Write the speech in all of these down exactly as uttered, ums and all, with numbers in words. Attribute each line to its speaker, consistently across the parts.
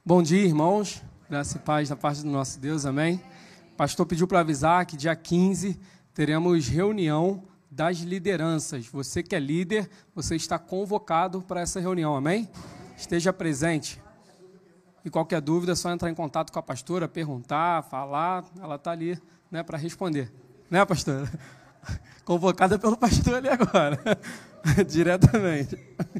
Speaker 1: Bom dia, irmãos. Graça e paz da parte do nosso Deus, amém? O pastor pediu para avisar que dia quinze teremos reunião das lideranças. Você que é líder, você está convocado para essa reunião, amém? Esteja presente. E qualquer dúvida é só entrar em contato com a pastora, perguntar, falar, ela está ali, né, para responder. Né, pastora? Convocada pelo pastor ali agora, diretamente.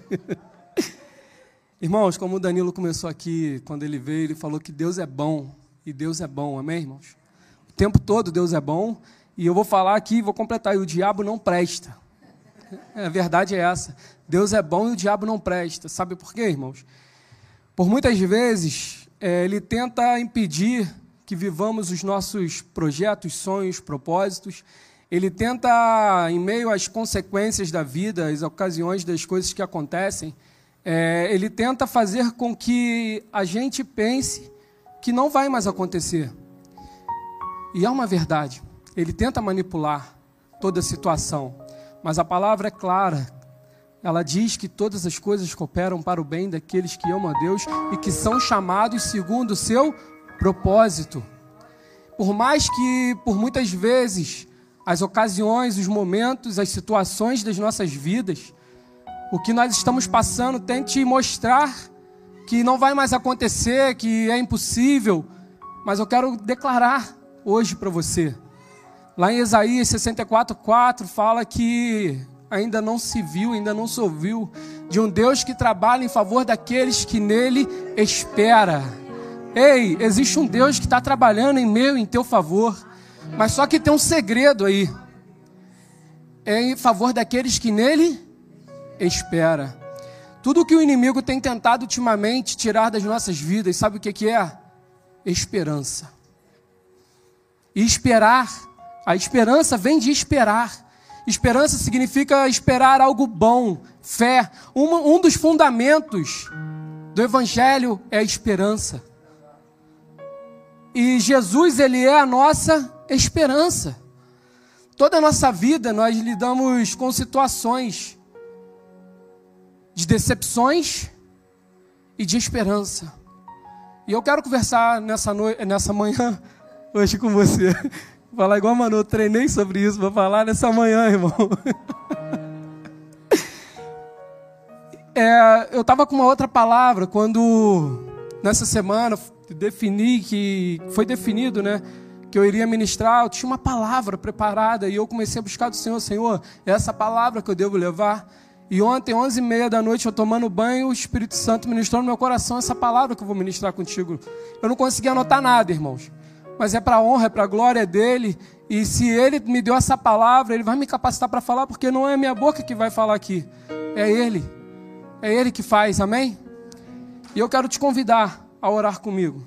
Speaker 1: Irmãos, como o Danilo começou aqui, quando ele veio, ele falou que Deus é bom, e Deus é bom, amém, irmãos? O tempo todo Deus é bom, e eu vou falar aqui, vou completar, e o diabo não presta. A verdade é essa, Deus é bom e o diabo não presta. Sabe por quê, irmãos? Por muitas vezes, é, ele tenta impedir que vivamos os nossos projetos, sonhos, propósitos. Ele tenta, em meio às consequências da vida, às ocasiões das coisas que acontecem, É, ele tenta fazer com que a gente pense que não vai mais acontecer. E é uma verdade. Ele tenta manipular toda a situação. Mas a palavra é clara. Ela diz que todas as coisas cooperam para o bem daqueles que amam a Deus e que são chamados segundo o seu propósito. Por mais que, por muitas vezes, as ocasiões, os momentos, as situações das nossas vidas, o que nós estamos passando tente mostrar que não vai mais acontecer, que é impossível, mas eu quero declarar hoje para você. Lá em Isaías sessenta e quatro, quatro fala que ainda não se viu, ainda não se ouviu de um Deus que trabalha em favor daqueles que nele espera. Ei, existe um Deus que está trabalhando em meu e em teu favor, mas só que tem um segredo aí. É em favor daqueles que nele espera. Tudo que o inimigo tem tentado ultimamente tirar das nossas vidas, sabe o que que é? Esperança. E esperar, a esperança vem de esperar. Esperança significa esperar algo bom, fé. Um, um dos fundamentos do Evangelho é a esperança. E Jesus, ele é a nossa esperança. Toda a nossa vida nós lidamos com situações de decepções e de esperança. E eu quero conversar nessa, no... nessa manhã, hoje com você. Vou falar igual a Manu, eu treinei sobre isso, vou falar nessa manhã, irmão. É, eu estava com uma outra palavra, quando nessa semana defini que, foi definido, né, que eu iria ministrar, eu tinha uma palavra preparada, e eu comecei a buscar do Senhor, Senhor, é essa palavra que eu devo levar. E ontem, onze e meia da noite, eu tomando banho, o Espírito Santo ministrou no meu coração essa palavra que eu vou ministrar contigo. Eu não consegui anotar nada, irmãos. Mas é para a honra, é para a glória dele. E se ele me deu essa palavra, ele vai me capacitar para falar, porque não é a minha boca que vai falar aqui. É ele. É ele que faz, amém? E eu quero te convidar a orar comigo.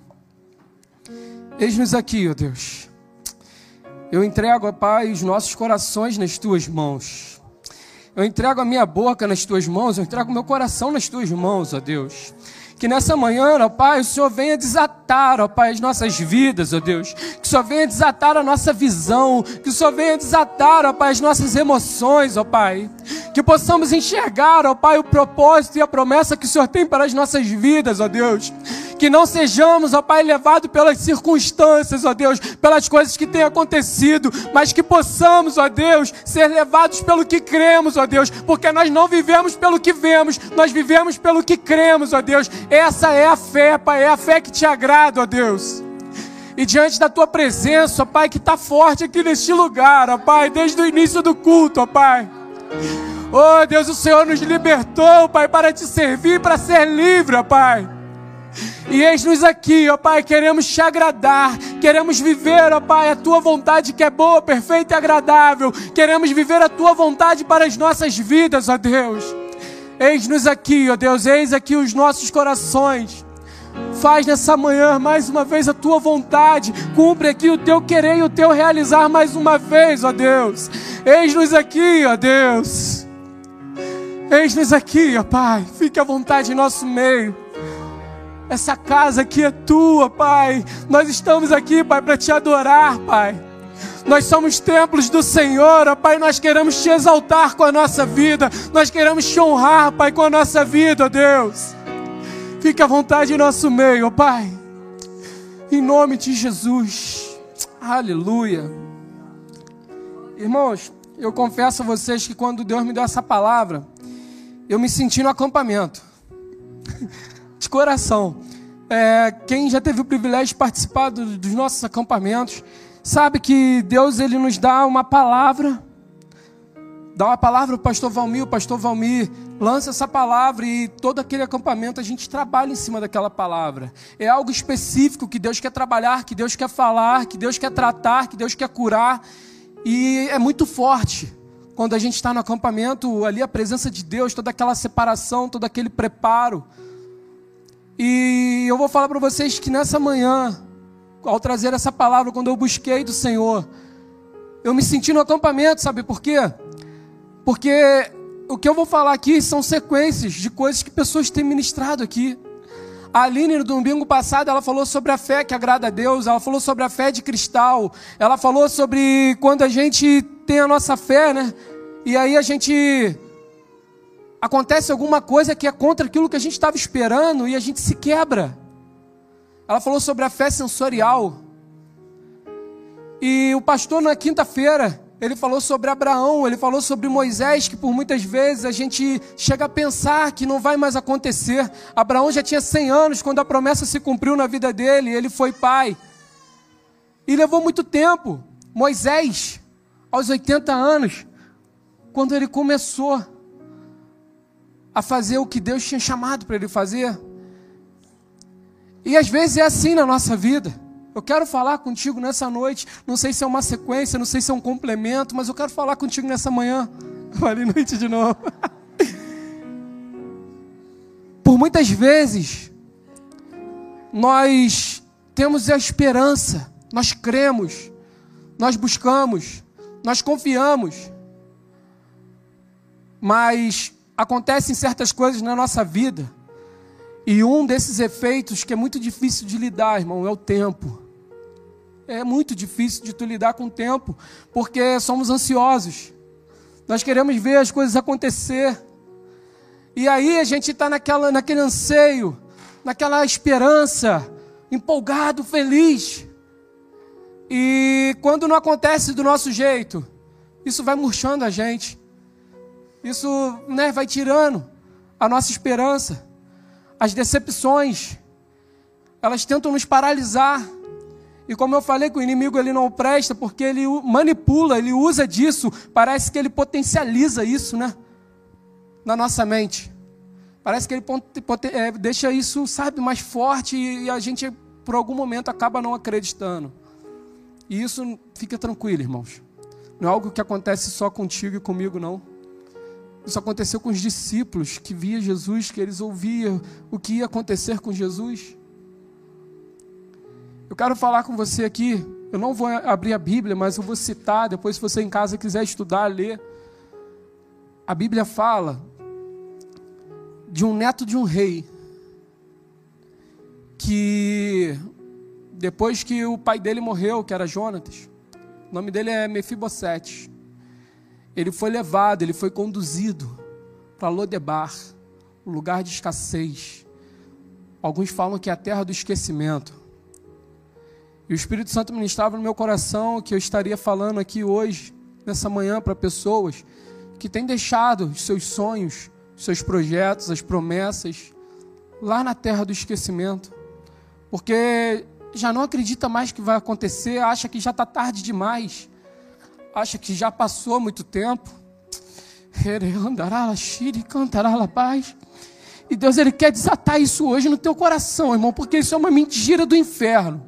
Speaker 1: Eis-nos aqui, ó Deus. Eu entrego, ó Pai, os nossos corações nas tuas mãos. Eu entrego a minha boca nas tuas mãos, eu entrego o meu coração nas tuas mãos, ó Deus. Que nessa manhã, ó Pai, o Senhor venha desatar, ó Pai, as nossas vidas, ó Deus. Que o Senhor venha desatar a nossa visão. Que o Senhor venha desatar, ó Pai, as nossas emoções, ó Pai. Que possamos enxergar, ó Pai, o propósito e a promessa que o Senhor tem para as nossas vidas, ó Deus. Que não sejamos, ó Pai, levados pelas circunstâncias, ó Deus, pelas coisas que têm acontecido, mas que possamos, ó Deus, ser levados pelo que cremos, ó Deus, porque nós não vivemos pelo que vemos, nós vivemos pelo que cremos, ó Deus. Essa é a fé, Pai, é a fé que te agrada, ó Deus. E diante da tua presença, ó Pai, que está forte aqui neste lugar, ó Pai, desde o início do culto, ó Pai. Oh Deus, o Senhor nos libertou, Pai, para te servir, para ser livre, ó Pai. E eis-nos aqui, ó Pai, queremos te agradar, queremos viver, ó Pai, a tua vontade que é boa, perfeita e agradável. Queremos viver a tua vontade para as nossas vidas, ó Deus. Eis-nos aqui, ó Deus, eis aqui os nossos corações. Faz nessa manhã mais uma vez a tua vontade. Cumpre aqui o teu querer e o teu realizar mais uma vez, ó Deus. Eis-nos aqui, ó Deus. Eis-nos aqui, ó Pai. Fique à vontade em nosso meio. Essa casa aqui é tua, Pai. Nós estamos aqui, Pai, para te adorar, Pai. Nós somos templos do Senhor, ó Pai. Nós queremos te exaltar com a nossa vida. Nós queremos te honrar, Pai, com a nossa vida, ó Deus. Fique à vontade em nosso meio, ó Pai. Em nome de Jesus. Aleluia. Irmãos, eu confesso a vocês que quando Deus me deu essa palavra, eu me senti no acampamento. De coração. É, quem já teve o privilégio de participar do, dos nossos acampamentos, sabe que Deus ele nos dá uma palavra, dá uma palavra para o pastor Valmir, o pastor Valmir lança essa palavra e todo aquele acampamento a gente trabalha em cima daquela palavra. É algo específico que Deus quer trabalhar, que Deus quer falar, que Deus quer tratar, que Deus quer curar, e é muito forte. Quando a gente está no acampamento, ali a presença de Deus, toda aquela separação, todo aquele preparo. E eu vou falar para vocês que nessa manhã, ao trazer essa palavra, quando eu busquei do Senhor, eu me senti no acampamento, sabe por quê? Porque o que eu vou falar aqui são sequências de coisas que pessoas têm ministrado aqui. A Aline, no domingo passado, ela falou sobre a fé que agrada a Deus, ela falou sobre a fé de cristal, ela falou sobre quando a gente tem a nossa fé, né? E aí a gente... acontece alguma coisa que é contra aquilo que a gente estava esperando e a gente se quebra. Ela falou sobre a fé sensorial. E o pastor, na quinta-feira, ele falou sobre Abraão, ele falou sobre Moisés, que por muitas vezes a gente chega a pensar que não vai mais acontecer. Abraão já tinha cem anos quando a promessa se cumpriu na vida dele, ele foi pai. E levou muito tempo. Moisés, aos oitenta anos, quando ele começou a fazer o que Deus tinha chamado para ele fazer. E às vezes é assim na nossa vida. Eu quero falar contigo nessa noite, não sei se é uma sequência, não sei se é um complemento, mas eu quero falar contigo nessa manhã. Falei noite de novo. Por muitas vezes, nós temos a esperança, nós cremos, nós buscamos, nós confiamos, mas acontecem certas coisas na nossa vida, e um desses efeitos que é muito difícil de lidar, irmão, é o tempo. É muito difícil de tu lidar com o tempo, porque somos ansiosos. Nós queremos ver as coisas acontecer. E aí a gente está naquela, naquele anseio, naquela esperança, empolgado, feliz. E quando não acontece do nosso jeito, isso vai murchando a gente. Isso, né, vai tirando a nossa esperança. As decepções, elas tentam nos paralisar. E como eu falei, que o inimigo ele não presta, porque ele manipula, ele usa disso, parece que ele potencializa isso, né? Na nossa mente. Parece que ele é, deixa isso, sabe, mais forte e, e a gente, por algum momento, acaba não acreditando. E isso, fica tranquilo, irmãos. Não é algo que acontece só contigo e comigo, não. Isso aconteceu com os discípulos que via Jesus, que eles ouviam o que ia acontecer com Jesus. Eu quero falar com você aqui, eu não vou abrir a Bíblia, mas eu vou citar, depois se você em casa quiser estudar, ler. A Bíblia fala de um neto de um rei, que depois que o pai dele morreu, que era Jonatas, o nome dele é Mefibosete, ele foi levado, ele foi conduzido para Lodebar, um lugar de escassez. Alguns falam que é a terra do esquecimento. E o Espírito Santo ministrava no meu coração que eu estaria falando aqui hoje, nessa manhã, para pessoas que têm deixado os seus sonhos, os seus projetos, as promessas, lá na terra do esquecimento. Porque já não acredita mais que vai acontecer, acha que já está tarde demais. Acha que já passou muito tempo. E Deus ele quer desatar isso hoje no teu coração, irmão, porque isso é uma mentira do inferno.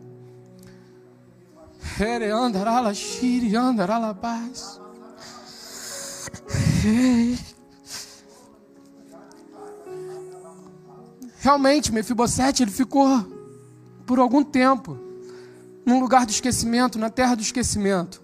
Speaker 1: Realmente, Mefibosete, ele ficou por algum tempo num lugar do esquecimento, na terra do esquecimento.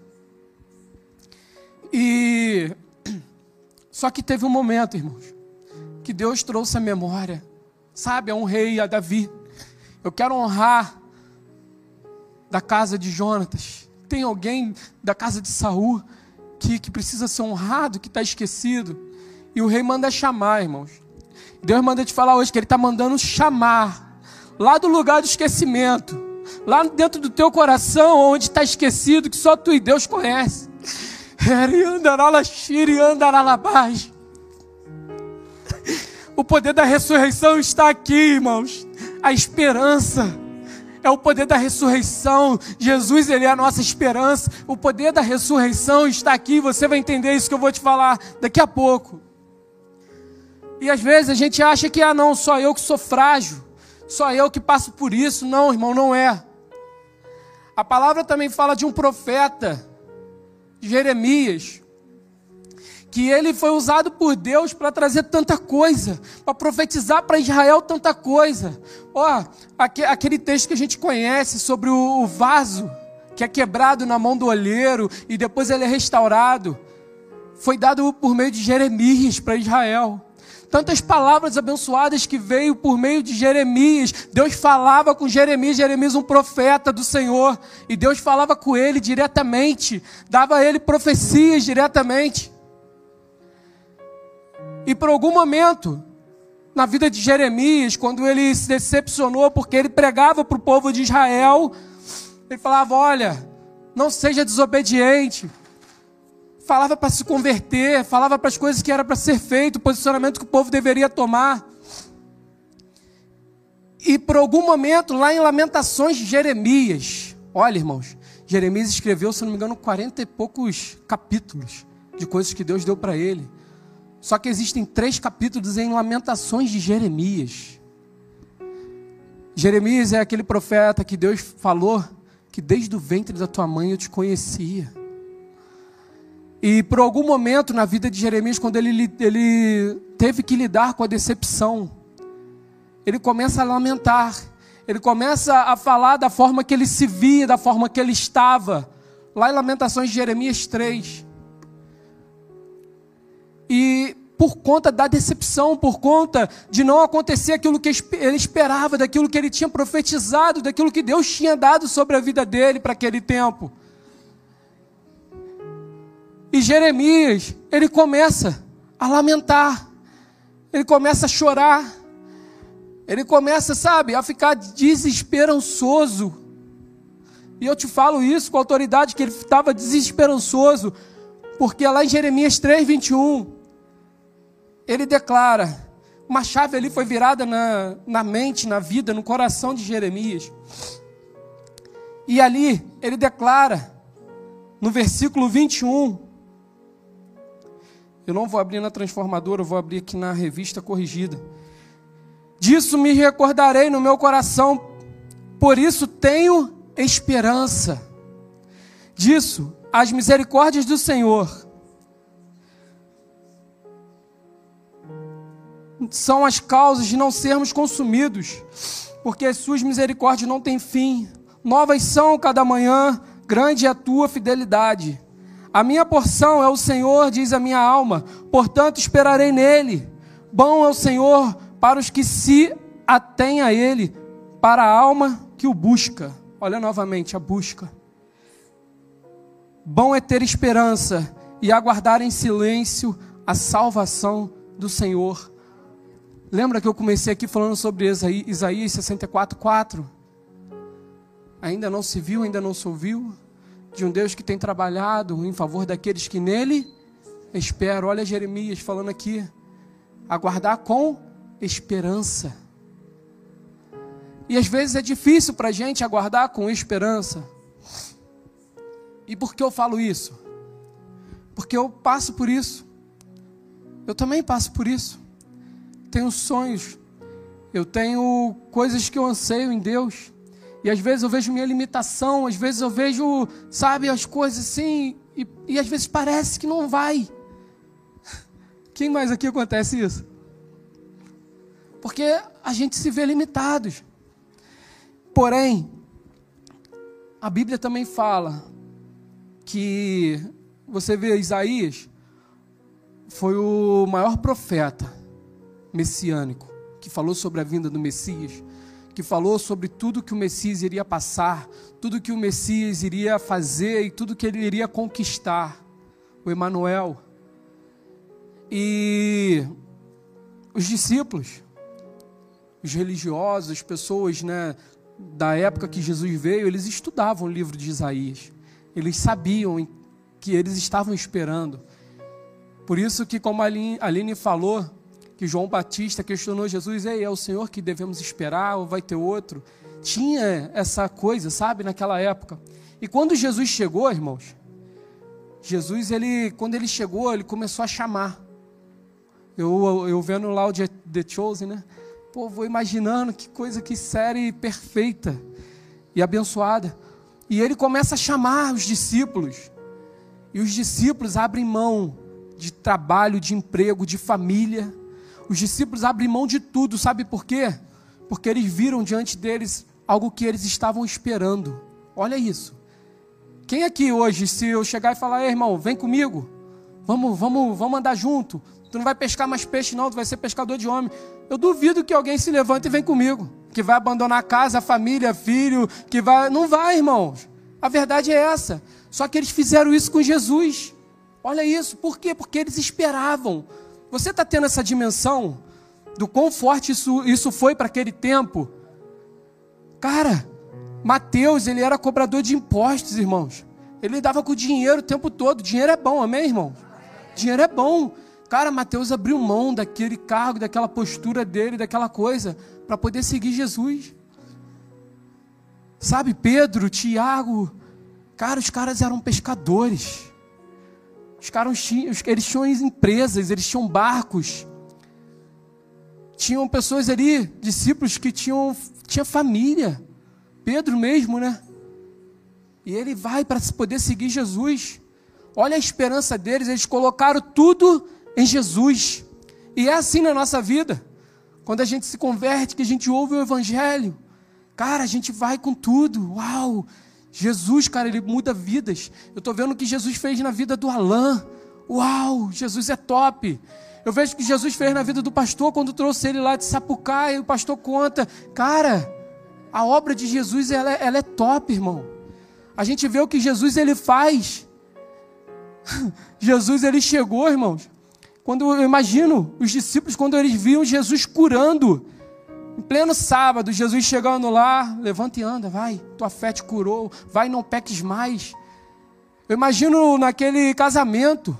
Speaker 1: E só que teve um momento, irmãos, que Deus trouxe a memória, sabe, a um rei, a Davi. Eu quero honrar da casa de Jonatas. Tem alguém da casa de Saul que, que precisa ser honrado, que está esquecido. E o rei manda chamar, irmãos. Deus manda te falar hoje que Ele está mandando chamar, lá do lugar do esquecimento, lá dentro do teu coração, onde está esquecido, que só tu e Deus conhece. O poder da ressurreição está aqui, irmãos. A esperança é o poder da ressurreição. Jesus, Ele é a nossa esperança. O poder da ressurreição está aqui. Você vai entender isso que eu vou te falar daqui a pouco. E às vezes a gente acha que, ah não, só eu que sou frágil, só eu que passo por isso. Não, irmão, não é. A palavra também fala de um profeta, Jeremias, que ele foi usado por Deus para trazer tanta coisa, para profetizar para Israel tanta coisa. Ó, aquele texto que a gente conhece sobre o vaso, que é quebrado na mão do olheiro e depois ele é restaurado, foi dado por meio de Jeremias para Israel. Tantas palavras abençoadas que veio por meio de Jeremias. Deus falava com Jeremias, Jeremias um profeta do Senhor, e Deus falava com ele diretamente, dava a ele profecias diretamente. E por algum momento, na vida de Jeremias, quando ele se decepcionou, porque ele pregava para o povo de Israel, ele falava, olha, não seja desobediente, falava para se converter, falava para as coisas que era para ser feito, o posicionamento que o povo deveria tomar. E por algum momento, lá em Lamentações de Jeremias, olha irmãos, Jeremias escreveu, se não me engano, quarenta e poucos capítulos de coisas que Deus deu para ele. Só que existem três capítulos em Lamentações de Jeremias. Jeremias é aquele profeta que Deus falou que desde o ventre da tua mãe eu te conhecia. E por algum momento na vida de Jeremias, quando ele, ele teve que lidar com a decepção, ele começa a lamentar, ele começa a falar da forma que ele se via, da forma que ele estava, lá em Lamentações de Jeremias três. E por conta da decepção, por conta de não acontecer aquilo que ele esperava, daquilo que ele tinha profetizado, daquilo que Deus tinha dado sobre a vida dele para aquele tempo. E Jeremias, ele começa a lamentar, ele começa a chorar, ele começa, sabe, a ficar desesperançoso. E eu te falo isso com autoridade, que ele estava desesperançoso, porque lá em Jeremias três, vinte e um, ele declara, uma chave ali foi virada na, na mente, na vida, no coração de Jeremias. E ali ele declara, no versículo vinte e um, eu não vou abrir na transformadora, eu vou abrir aqui na revista corrigida. Disso me recordarei no meu coração, por isso tenho esperança. Disso, as misericórdias do Senhor são as causas de não sermos consumidos, porque as suas misericórdias não têm fim. Novas são cada manhã, grande é a tua fidelidade. A minha porção é o Senhor, diz a minha alma, portanto esperarei nele. Bom é o Senhor para os que se atêm a ele, para a alma que o busca. Olha novamente a busca. Bom é ter esperança e aguardar em silêncio a salvação do Senhor. Lembra que eu comecei aqui falando sobre Isaías sessenta e quatro, quatro? Ainda não se viu, ainda não se ouviu de um Deus que tem trabalhado em favor daqueles que nele esperam. Olha Jeremias falando aqui, aguardar com esperança. E às vezes é difícil para a gente aguardar com esperança. E por que eu falo isso? Porque eu passo por isso. Eu também passo por isso. Tenho sonhos. Eu tenho coisas que eu anseio em Deus. E às vezes eu vejo minha limitação, às vezes eu vejo, sabe, as coisas assim, e, e às vezes parece que não vai. Quem mais aqui acontece isso? Porque a gente se vê limitados. Porém, a Bíblia também fala que, você vê Isaías, foi o maior profeta messiânico, que falou sobre a vinda do Messias, que falou sobre tudo que o Messias iria passar, tudo que o Messias iria fazer e tudo que ele iria conquistar, o Emanuel. E os discípulos, os religiosos, as pessoas, né, da época que Jesus veio, eles estudavam o livro de Isaías. Eles sabiam que eles estavam esperando. Por isso que, como a Aline falou, que João Batista questionou Jesus: Ei, é o Senhor que devemos esperar ou vai ter outro? Tinha essa coisa, sabe, naquela época. E quando Jesus chegou, irmãos, Jesus, ele, quando ele chegou, ele começou a chamar. Eu, eu vendo lá o The Chosen, né? Pô, vou imaginando que coisa, que série perfeita e abençoada. E ele começa a chamar os discípulos. E os discípulos abrem mão de trabalho, de emprego, de família. Os discípulos abrem mão de tudo, sabe por quê? Porque eles viram diante deles algo que eles estavam esperando. Olha isso. Quem aqui hoje, se eu chegar e falar: Ei, irmão, vem comigo, vamos, vamos, vamos andar junto. Tu não vai pescar mais peixe não, tu vai ser pescador de homem. Eu duvido que alguém se levante e vem comigo, que vai abandonar a casa, a família, filho, que vai... Não vai, irmãos. A verdade é essa. Só que eles fizeram isso com Jesus. Olha isso. Por quê? Porque eles esperavam. Você está tendo essa dimensão do quão forte isso, isso foi para aquele tempo? Cara, Mateus, ele era cobrador de impostos, irmãos. Ele lidava com o dinheiro o tempo todo. Dinheiro é bom, amém, irmão? Dinheiro é bom. Cara, Mateus abriu mão daquele cargo, daquela postura dele, daquela coisa, para poder seguir Jesus. Sabe, Pedro, Tiago, cara, os caras eram pescadores. Os caras tinham, eles tinham empresas, eles tinham barcos. Tinham pessoas ali, discípulos que tinham, tinha família. Pedro mesmo, né? E ele vai para poder seguir Jesus. Olha a esperança deles, eles colocaram tudo em Jesus. E é assim na nossa vida. Quando a gente se converte, que a gente ouve o Evangelho, cara, a gente vai com tudo. Uau! Jesus, cara, ele muda vidas. Eu estou vendo o que Jesus fez na vida do Alan. Uau! Jesus é top. Eu vejo o que Jesus fez na vida do pastor, quando trouxe ele lá de Sapucaí, e o pastor conta. Cara, a obra de Jesus, ela, ela é top, irmão. A gente vê o que Jesus, ele faz. Jesus, ele chegou, irmãos. Quando eu imagino os discípulos, quando eles viam Jesus curando, em pleno sábado, Jesus chegando lá: levanta e anda, vai, tua fé te curou, vai, não peques mais. Eu imagino naquele casamento,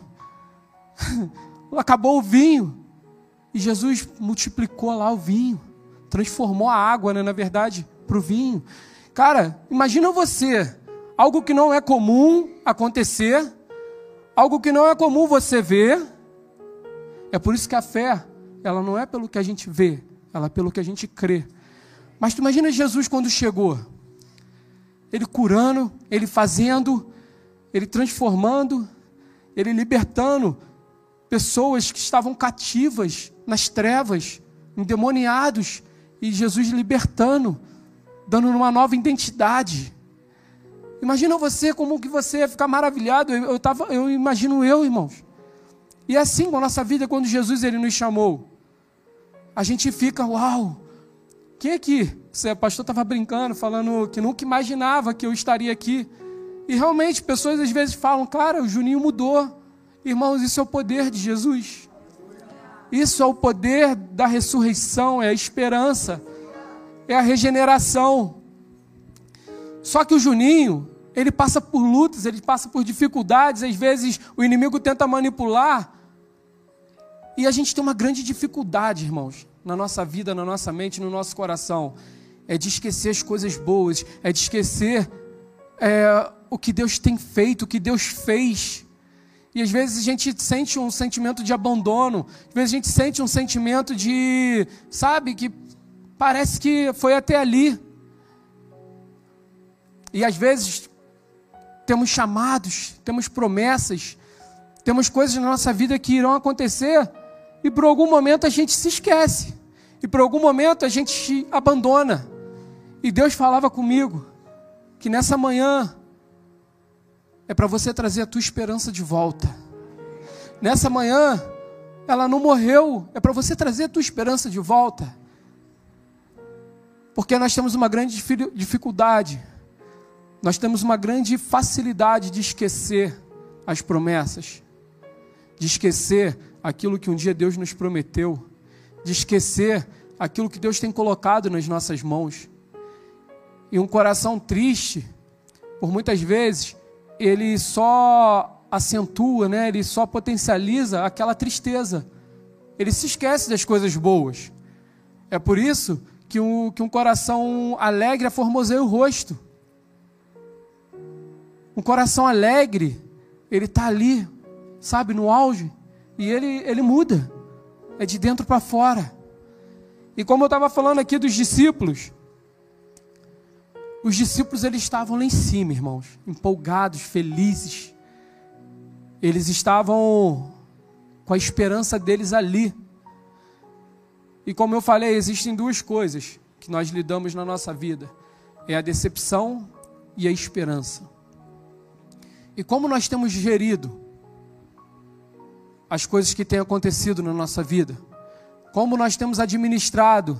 Speaker 1: acabou o vinho, e Jesus multiplicou lá o vinho, transformou a água, né, na verdade, para o vinho. Cara, imagina você, algo que não é comum acontecer, algo que não é comum você ver. É por isso que a fé, ela não é pelo que a gente vê, ela é pelo que a gente crê. Mas tu imagina Jesus quando chegou, ele curando, ele fazendo, ele transformando, ele libertando pessoas que estavam cativas nas trevas, endemoniados, e Jesus libertando, dando uma nova identidade. Imagina você, como que você ia ficar maravilhado. Eu, eu, tava, eu imagino eu, irmãos. E é assim com a nossa vida, quando Jesus, ele nos chamou, a gente fica: uau, quem aqui? O pastor estava brincando, falando que nunca imaginava que eu estaria aqui. E realmente, pessoas às vezes falam: cara, o Juninho mudou. Irmãos, isso é o poder de Jesus. Isso é o poder da ressurreição, é a esperança, é a regeneração. Só que o Juninho, ele passa por lutas, ele passa por dificuldades, às vezes o inimigo tenta manipular, e a gente tem uma grande dificuldade, irmãos, na nossa vida, na nossa mente, no nosso coração, é de esquecer as coisas boas, é de esquecer é, o que Deus tem feito, o que Deus fez. E às vezes a gente sente um sentimento de abandono, às vezes a gente sente um sentimento de, sabe, que parece que foi até ali. E às vezes temos chamados, temos promessas, temos coisas na nossa vida que irão acontecer, e por algum momento a gente se esquece, e por algum momento a gente se abandona. E Deus falava comigo que nessa manhã é para você trazer a tua esperança de volta. Nessa manhã, ela não morreu, é para você trazer a tua esperança de volta. Porque nós temos uma grande dificuldade, nós temos uma grande facilidade de esquecer as promessas, de esquecer aquilo que um dia Deus nos prometeu, de esquecer aquilo que Deus tem colocado nas nossas mãos. E um coração triste, por muitas vezes, ele só acentua, né? Ele só potencializa aquela tristeza. Ele se esquece das coisas boas. É por isso que um, que um coração alegre aformoseia o rosto. Um coração alegre, ele está ali, sabe, no auge, e ele, ele muda. É de dentro para fora. E como eu estava falando aqui dos discípulos, os discípulos eles estavam lá em cima, irmãos, empolgados, felizes. Eles estavam com a esperança deles ali. E como eu falei, existem duas coisas que nós lidamos na nossa vida. É a decepção e a esperança. E como nós temos gerido as coisas que têm acontecido na nossa vida? Como nós temos administrado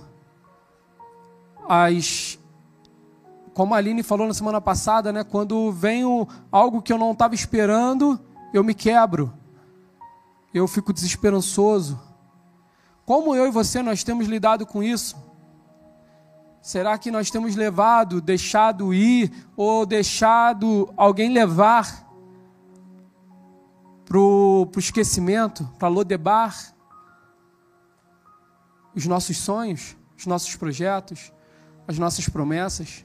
Speaker 1: as... Como a Aline falou na semana passada, né? Quando vem o, algo que eu não estava esperando, eu me quebro. Eu fico desesperançoso. Como eu e você, nós temos lidado com isso? Será que nós temos levado, deixado ir, ou deixado alguém levar para o esquecimento, para Lodebar, os nossos sonhos, os nossos projetos, as nossas promessas?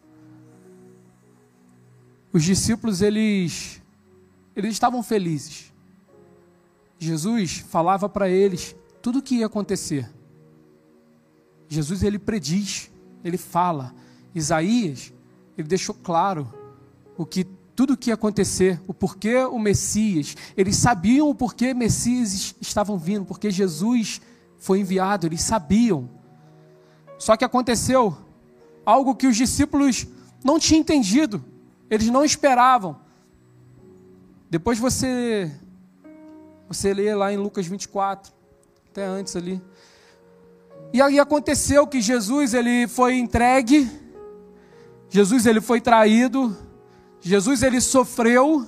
Speaker 1: Os discípulos, eles, eles estavam felizes. Jesus falava para eles tudo o que ia acontecer. Jesus, ele prediz, ele fala. Isaías, ele deixou claro o que, tudo o que ia acontecer, o porquê o Messias. Eles sabiam o porquê Messias estavam vindo, porque Jesus foi enviado, eles sabiam. Só que aconteceu algo que os discípulos não tinham entendido, eles não esperavam. Depois você, você lê lá em Lucas vinte e quatro, até antes ali. E aí aconteceu que Jesus, ele foi entregue, Jesus, ele foi traído, Jesus, ele sofreu,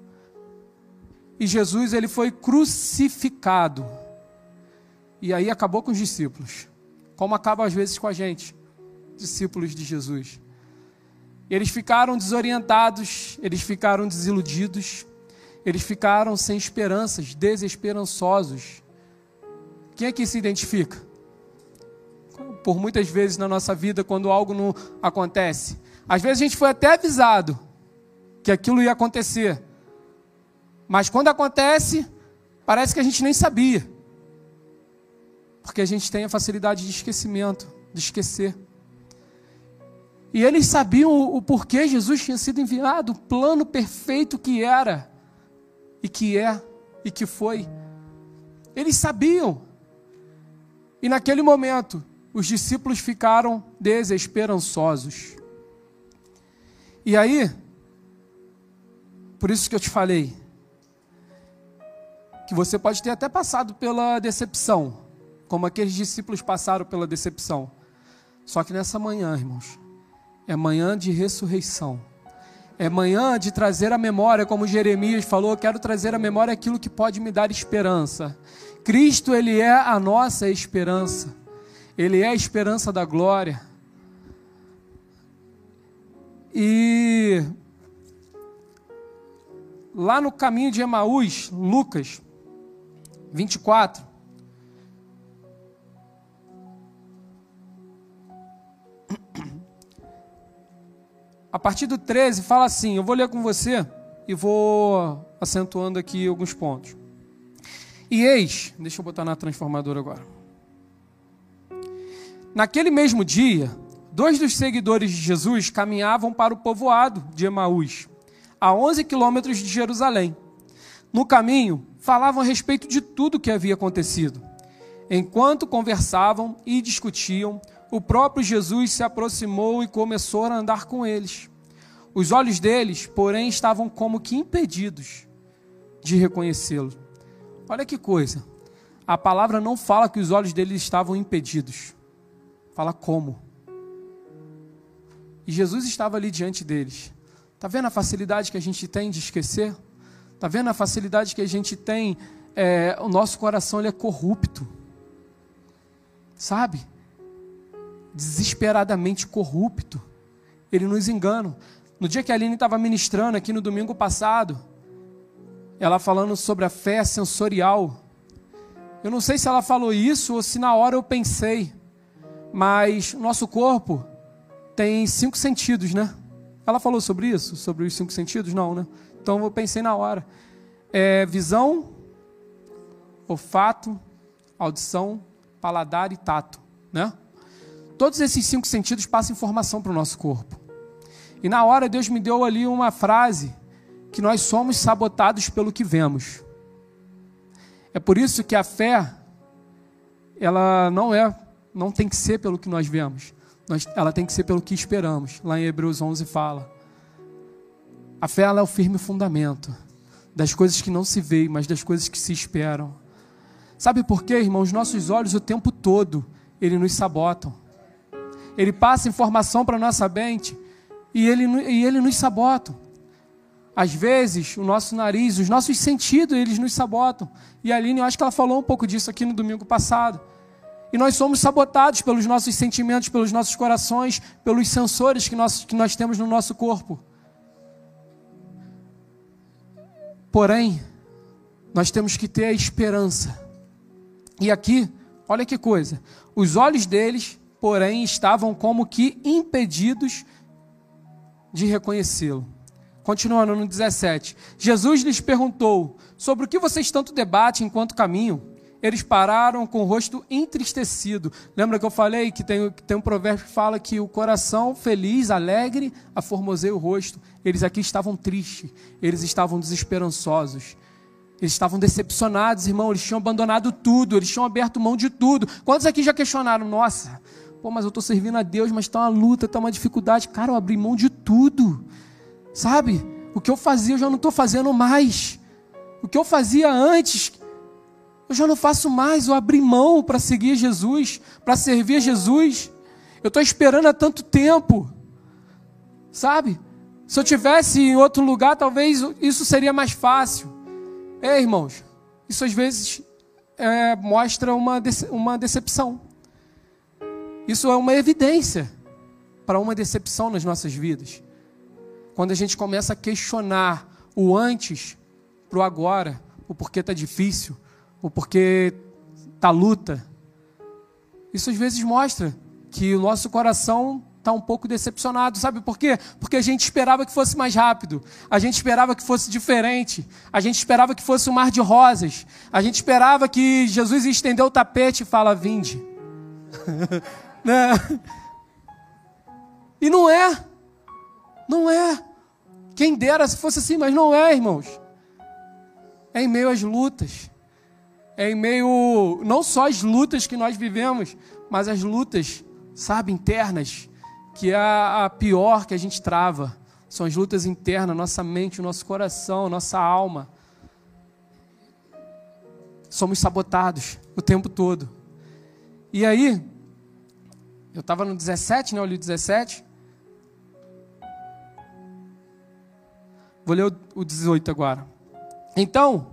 Speaker 1: e Jesus, ele foi crucificado. E aí acabou com os discípulos, como acaba às vezes com a gente, discípulos de Jesus. Eles ficaram desorientados, eles ficaram desiludidos, eles ficaram sem esperanças, desesperançosos. Quem aqui se identifica? Por muitas vezes na nossa vida, quando algo não acontece. Às vezes a gente foi até avisado que aquilo ia acontecer. Mas quando acontece, parece que a gente nem sabia. Porque a gente tem a facilidade de esquecimento, de esquecer. E eles sabiam o, o porquê Jesus tinha sido enviado, o plano perfeito que era, e que é, e que foi. Eles sabiam. E naquele momento, os discípulos ficaram desesperançosos. E aí, por isso que eu te falei, que você pode ter até passado pela decepção, como aqueles discípulos passaram pela decepção. Só que nessa manhã, irmãos, é manhã de ressurreição. É manhã de trazer à memória, como Jeremias falou, eu quero trazer à memória aquilo que pode me dar esperança. Cristo, ele é a nossa esperança. Ele é a esperança da glória. E lá no caminho de Emaús, Lucas vinte e quatro, a partir do treze, fala assim, eu vou ler com você e vou acentuando aqui alguns pontos. E eis, deixa eu botar na transformadora agora. Naquele mesmo dia, dois dos seguidores de Jesus caminhavam para o povoado de Emaús, a onze quilômetros de Jerusalém. No caminho, falavam a respeito de tudo o que havia acontecido. Enquanto conversavam e discutiam, o próprio Jesus se aproximou e começou a andar com eles. Os olhos deles, porém, estavam como que impedidos de reconhecê-lo. Olha que coisa. A palavra não fala que os olhos deles estavam impedidos. Fala como. E Jesus estava ali diante deles. Está vendo a facilidade que a gente tem de esquecer? Está vendo a facilidade que a gente tem? É, o nosso coração ele é corrupto. sabe? Desesperadamente corrupto. Ele nos engana. No dia que a Aline estava ministrando aqui no domingo passado, ela falando sobre a fé sensorial. Eu não sei se ela falou isso ou se na hora eu pensei, mas o nosso corpo tem cinco sentidos, né? Ela falou sobre isso? Sobre os cinco sentidos? Não, né? Então eu pensei na hora. É visão, olfato, audição, paladar e tato, né? Todos esses cinco sentidos passam informação para o nosso corpo. E na hora Deus me deu ali uma frase, que nós somos sabotados pelo que vemos. É por isso que a fé, ela não é, não tem que ser pelo que nós vemos. Nós, ela tem que ser pelo que esperamos. Lá em Hebreus onze fala. A fé, ela é o firme fundamento das coisas que não se veem, mas das coisas que se esperam. Sabe por quê, irmãos? Nossos olhos o tempo todo, eles nos sabotam. Ele passa informação para a nossa mente e ele, e ele nos sabota. Às vezes, o nosso nariz, os nossos sentidos, eles nos sabotam. E a Aline, eu acho que ela falou um pouco disso aqui no domingo passado. E nós somos sabotados pelos nossos sentimentos, pelos nossos corações, pelos sensores que nós, que nós temos no nosso corpo. Porém, nós temos que ter a esperança. E aqui, olha que coisa. Os olhos deles, porém, estavam como que impedidos de reconhecê-lo. Continuando no dezessete. Jesus lhes perguntou, sobre o que vocês tanto debatem enquanto caminham? Eles pararam com o rosto entristecido. Lembra que eu falei que tem, que tem um provérbio que fala que o coração feliz, alegre, aformoseia o rosto. Eles aqui estavam tristes, eles estavam desesperançosos. Eles estavam decepcionados, irmão. Eles tinham abandonado tudo, eles tinham aberto mão de tudo. Quantos aqui já questionaram? Nossa, pô, mas eu estou servindo a Deus, mas está uma luta, está uma dificuldade. Cara, eu abri mão de tudo. Sabe? O que eu fazia eu já não estou fazendo mais. O que eu fazia antes, eu já não faço mais. Eu abri mão para seguir Jesus, para servir a Jesus. Eu estou esperando há tanto tempo. Sabe? Se eu tivesse em outro lugar, talvez isso seria mais fácil. É, irmãos, isso às vezes é, mostra uma, dece- uma decepção. Isso é uma evidência para uma decepção nas nossas vidas. Quando a gente começa a questionar o antes para o agora, o porquê está difícil, o porquê está luta. Isso às vezes mostra que o nosso coração está um pouco decepcionado. Sabe por quê? Porque a gente esperava que fosse mais rápido. A gente esperava que fosse diferente. A gente esperava que fosse um mar de rosas. A gente esperava que Jesus ia estender o tapete e fala, vinde. Né? E não é. Não é. Quem dera se fosse assim, mas não é, irmãos. É em meio às lutas. É em meio, não só as lutas que nós vivemos, mas as lutas, sabe, internas, que é a, a pior que a gente trava. São as lutas internas, nossa mente, o nosso coração, nossa alma. Somos sabotados o tempo todo. E aí, eu estava no dezessete, né? Eu li o dezessete. Vou ler o dezoito agora. Então,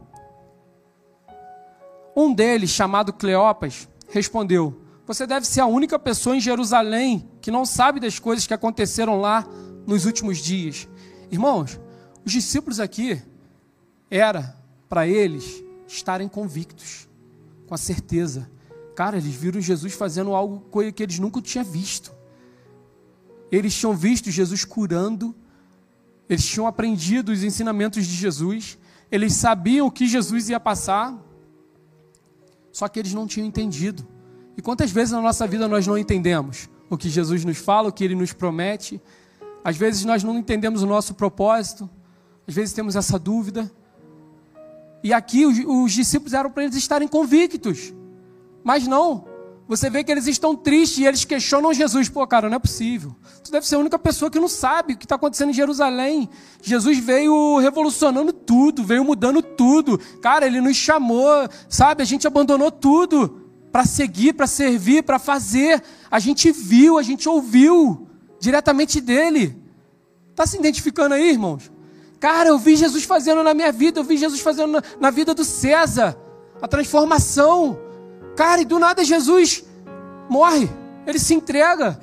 Speaker 1: um deles, chamado Cleopas, respondeu, você deve ser a única pessoa em Jerusalém que não sabe das coisas que aconteceram lá nos últimos dias. Irmãos, os discípulos aqui, era para eles estarem convictos, com a certeza. Cara, eles viram Jesus fazendo algo que eles nunca tinham visto. Eles tinham visto Jesus curando, eles tinham aprendido os ensinamentos de Jesus, eles sabiam o que Jesus ia passar, só que eles não tinham entendido. E quantas vezes na nossa vida nós não entendemos o que Jesus nos fala, o que Ele nos promete? Às vezes nós não entendemos o nosso propósito, às vezes temos essa dúvida. E aqui os, os discípulos eram para eles estarem convictos, mas não. Você vê que eles estão tristes e eles questionam Jesus. Pô, cara, não é possível. Tu deve ser a única pessoa que não sabe o que está acontecendo em Jerusalém. Jesus veio revolucionando tudo, veio mudando tudo. Cara, Ele nos chamou, sabe? A gente abandonou tudo para seguir, para servir, para fazer. A gente viu, a gente ouviu diretamente dEle. Está se identificando aí, irmãos? Cara, eu vi Jesus fazendo na minha vida, eu vi Jesus fazendo na, na vida do César. A transformação. Cara, e do nada Jesus morre, ele se entrega.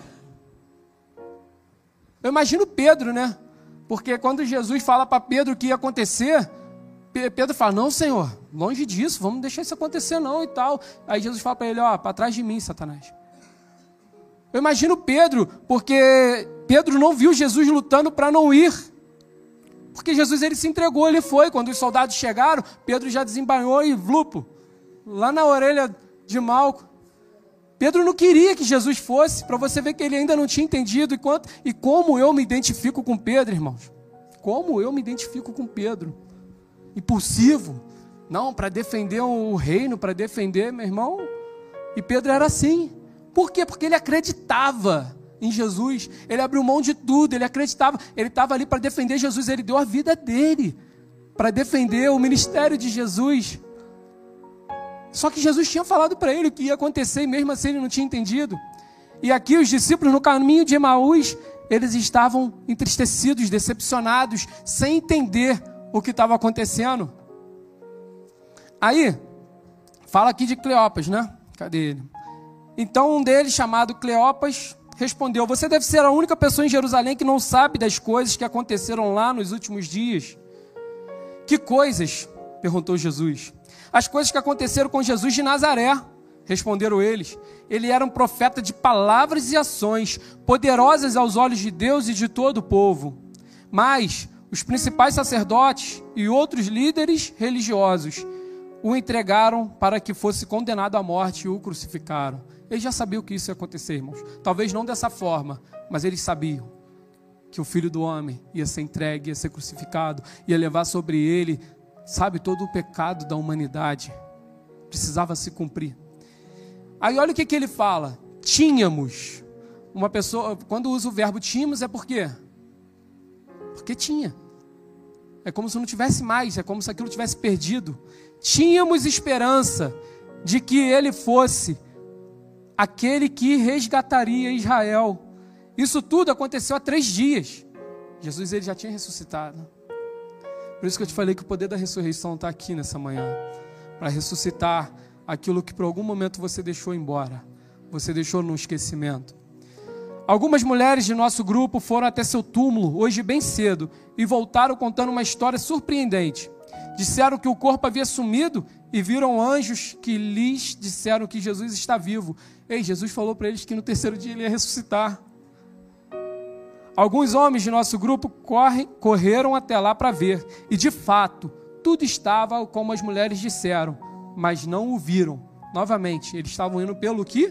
Speaker 1: Eu imagino Pedro, né? Porque quando Jesus fala para Pedro o que ia acontecer, Pedro fala, não, Senhor, longe disso, vamos deixar isso acontecer não e tal. Aí Jesus fala para ele, ó, para trás de mim, Satanás. Eu imagino Pedro, porque Pedro não viu Jesus lutando para não ir. Porque Jesus, ele se entregou, ele foi. Quando os soldados chegaram, Pedro já desembainhou e vlupo, lá na orelha de Malco. Pedro não queria que Jesus fosse, para você ver que ele ainda não tinha entendido. E, quanto, e como eu me identifico com Pedro, irmãos. Como eu me identifico com Pedro. Impulsivo. Não, para defender o reino, para defender, meu irmão. E Pedro era assim. Por quê? Porque ele acreditava em Jesus. Ele abriu mão de tudo, ele acreditava. Ele estava ali para defender Jesus, ele deu a vida dele para defender o ministério de Jesus. Só que Jesus tinha falado para ele o que ia acontecer e mesmo assim ele não tinha entendido. E aqui os discípulos no caminho de Emaús, eles estavam entristecidos, decepcionados, sem entender o que estava acontecendo. Aí, fala aqui de Cleopas, né? Cadê ele? Então um deles, chamado Cleopas, respondeu, você deve ser a única pessoa em Jerusalém que não sabe das coisas que aconteceram lá nos últimos dias. Que coisas? Perguntou Jesus. As coisas que aconteceram com Jesus de Nazaré, responderam eles. Ele era um profeta de palavras e ações, poderosas aos olhos de Deus e de todo o povo. Mas os principais sacerdotes e outros líderes religiosos o entregaram para que fosse condenado à morte e o crucificaram. Eles já sabiam que isso ia acontecer, irmãos. Talvez não dessa forma, mas eles sabiam que o Filho do Homem ia ser entregue, ia ser crucificado, ia levar sobre ele, sabe, todo o pecado da humanidade. Precisava se cumprir. Aí olha o que, que ele fala. Tínhamos. Uma pessoa, quando usa o verbo tínhamos, é por quê? Porque tinha. É como se não tivesse mais, é como se aquilo tivesse perdido. Tínhamos esperança de que ele fosse aquele que resgataria Israel. Isso tudo aconteceu há três dias. Jesus, ele já tinha ressuscitado. Por isso que eu te falei que o poder da ressurreição está aqui nessa manhã. Para ressuscitar aquilo que por algum momento você deixou embora. Você deixou no esquecimento. Algumas mulheres de nosso grupo foram até seu túmulo, hoje bem cedo, e voltaram contando uma história surpreendente. Disseram que o corpo havia sumido e viram anjos que lhes disseram que Jesus está vivo. Ei, Jesus falou para eles que no terceiro dia ele ia ressuscitar. Alguns homens de nosso grupo corre, correram até lá para ver. E de fato, tudo estava como as mulheres disseram, mas não o viram. Novamente, eles estavam indo pelo que?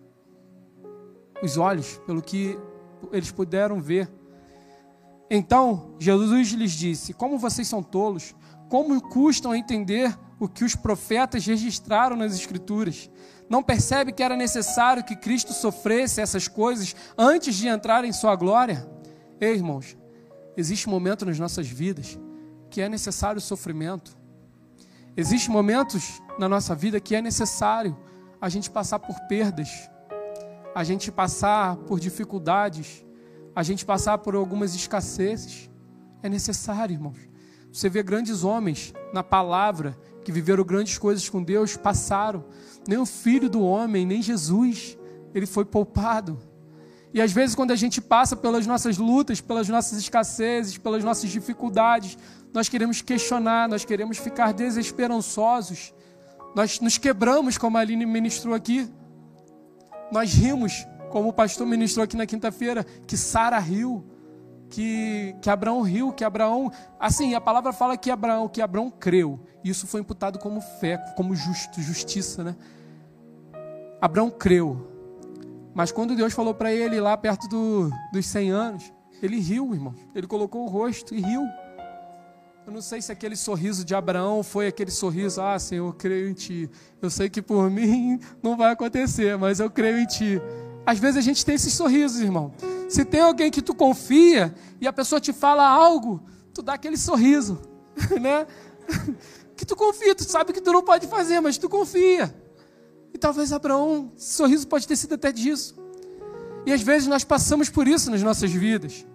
Speaker 1: Os olhos, pelo que eles puderam ver. Então, Jesus lhes disse, como vocês são tolos, como custam a entender o que os profetas registraram nas Escrituras? Não percebe que era necessário que Cristo sofresse essas coisas antes de entrar em sua glória? Ei, irmãos, existe um momento nas nossas vidas que é necessário o sofrimento. Existem momentos na nossa vida que é necessário a gente passar por perdas, a gente passar por dificuldades, a gente passar por algumas escassezes. É necessário, irmãos. Você vê grandes homens na palavra que viveram grandes coisas com Deus, passaram. Nem o Filho do Homem, nem Jesus, ele foi poupado. E às vezes quando a gente passa pelas nossas lutas, pelas nossas escassezes, pelas nossas dificuldades, nós queremos questionar, nós queremos ficar desesperançosos. Nós nos quebramos, como a Aline ministrou aqui. Nós rimos, como o pastor ministrou aqui na quinta-feira, que Sara riu, que, que Abraão riu, que Abraão... Assim, a palavra fala que Abraão, que Abraão creu. E isso foi imputado como fé, como justo, justiça, né? Abraão creu. Mas quando Deus falou para ele lá perto do, dos cem anos, ele riu, irmão. Ele colocou o rosto e riu. Eu não sei se aquele sorriso de Abraão foi aquele sorriso, ah, Senhor, eu creio em Ti. Eu sei que por mim não vai acontecer, mas eu creio em Ti. Às vezes a gente tem esses sorrisos, irmão. Se tem alguém que tu confia e a pessoa te fala algo, tu dá aquele sorriso, né? Que tu confia, tu sabe que tu não pode fazer, mas tu confia. E talvez Abraão, esse sorriso pode ter sido até disso. E às vezes nós passamos por isso nas nossas vidas.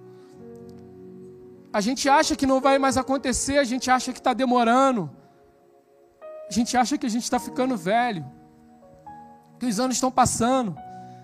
Speaker 1: A gente acha que não vai mais acontecer, a gente acha que está demorando. A gente acha que a gente está ficando velho, que os anos estão passando.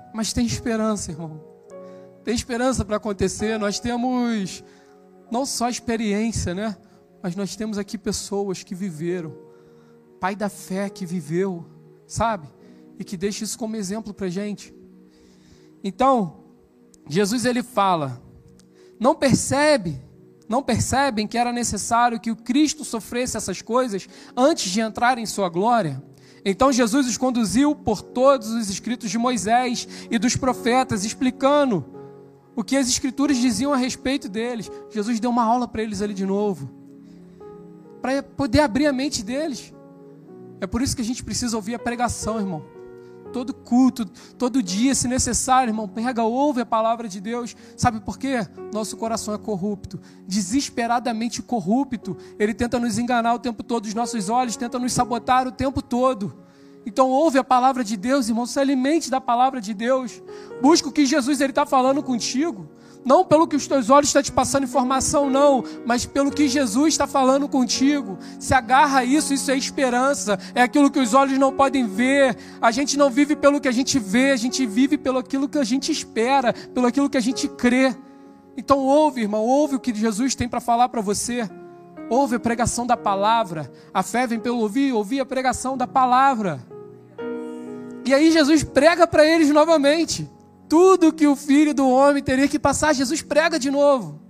Speaker 1: Mas tem esperança, irmão. Tem esperança para acontecer. Nós temos não só experiência, né? Mas nós temos aqui pessoas que viveram. Pai da fé que viveu, sabe? E que deixa isso como exemplo para a gente. Então, Jesus ele fala, não percebe, não percebem que era necessário que o Cristo sofresse essas coisas antes de entrar em sua glória? Então Jesus os conduziu por todos os escritos de Moisés e dos profetas, explicando o que as escrituras diziam a respeito deles. Jesus deu uma aula para eles ali de novo, para poder abrir a mente deles. É por isso que a gente precisa ouvir a pregação, irmão. Todo culto, todo dia, se necessário, irmão, pega, ouve a palavra de Deus. Sabe por quê? Nosso coração é corrupto, desesperadamente corrupto. Ele tenta nos enganar o tempo todo, os nossos olhos tentam nos sabotar o tempo todo. Então ouve a palavra de Deus, irmão, se alimente da palavra de Deus. Busca o que Jesus está falando contigo. Não pelo que os teus olhos estão te passando informação, não, mas pelo que Jesus está falando contigo. Se agarra a isso, isso é esperança, é aquilo que os olhos não podem ver. A gente não vive pelo que a gente vê, a gente vive pelo aquilo que a gente espera, pelo aquilo que a gente crê. Então ouve, irmão, ouve o que Jesus tem para falar para você. Ouve a pregação da palavra. A fé vem pelo ouvir, ouvir a pregação da palavra. E aí Jesus prega para eles novamente. Tudo que o Filho do Homem teria que passar, Jesus prega de novo.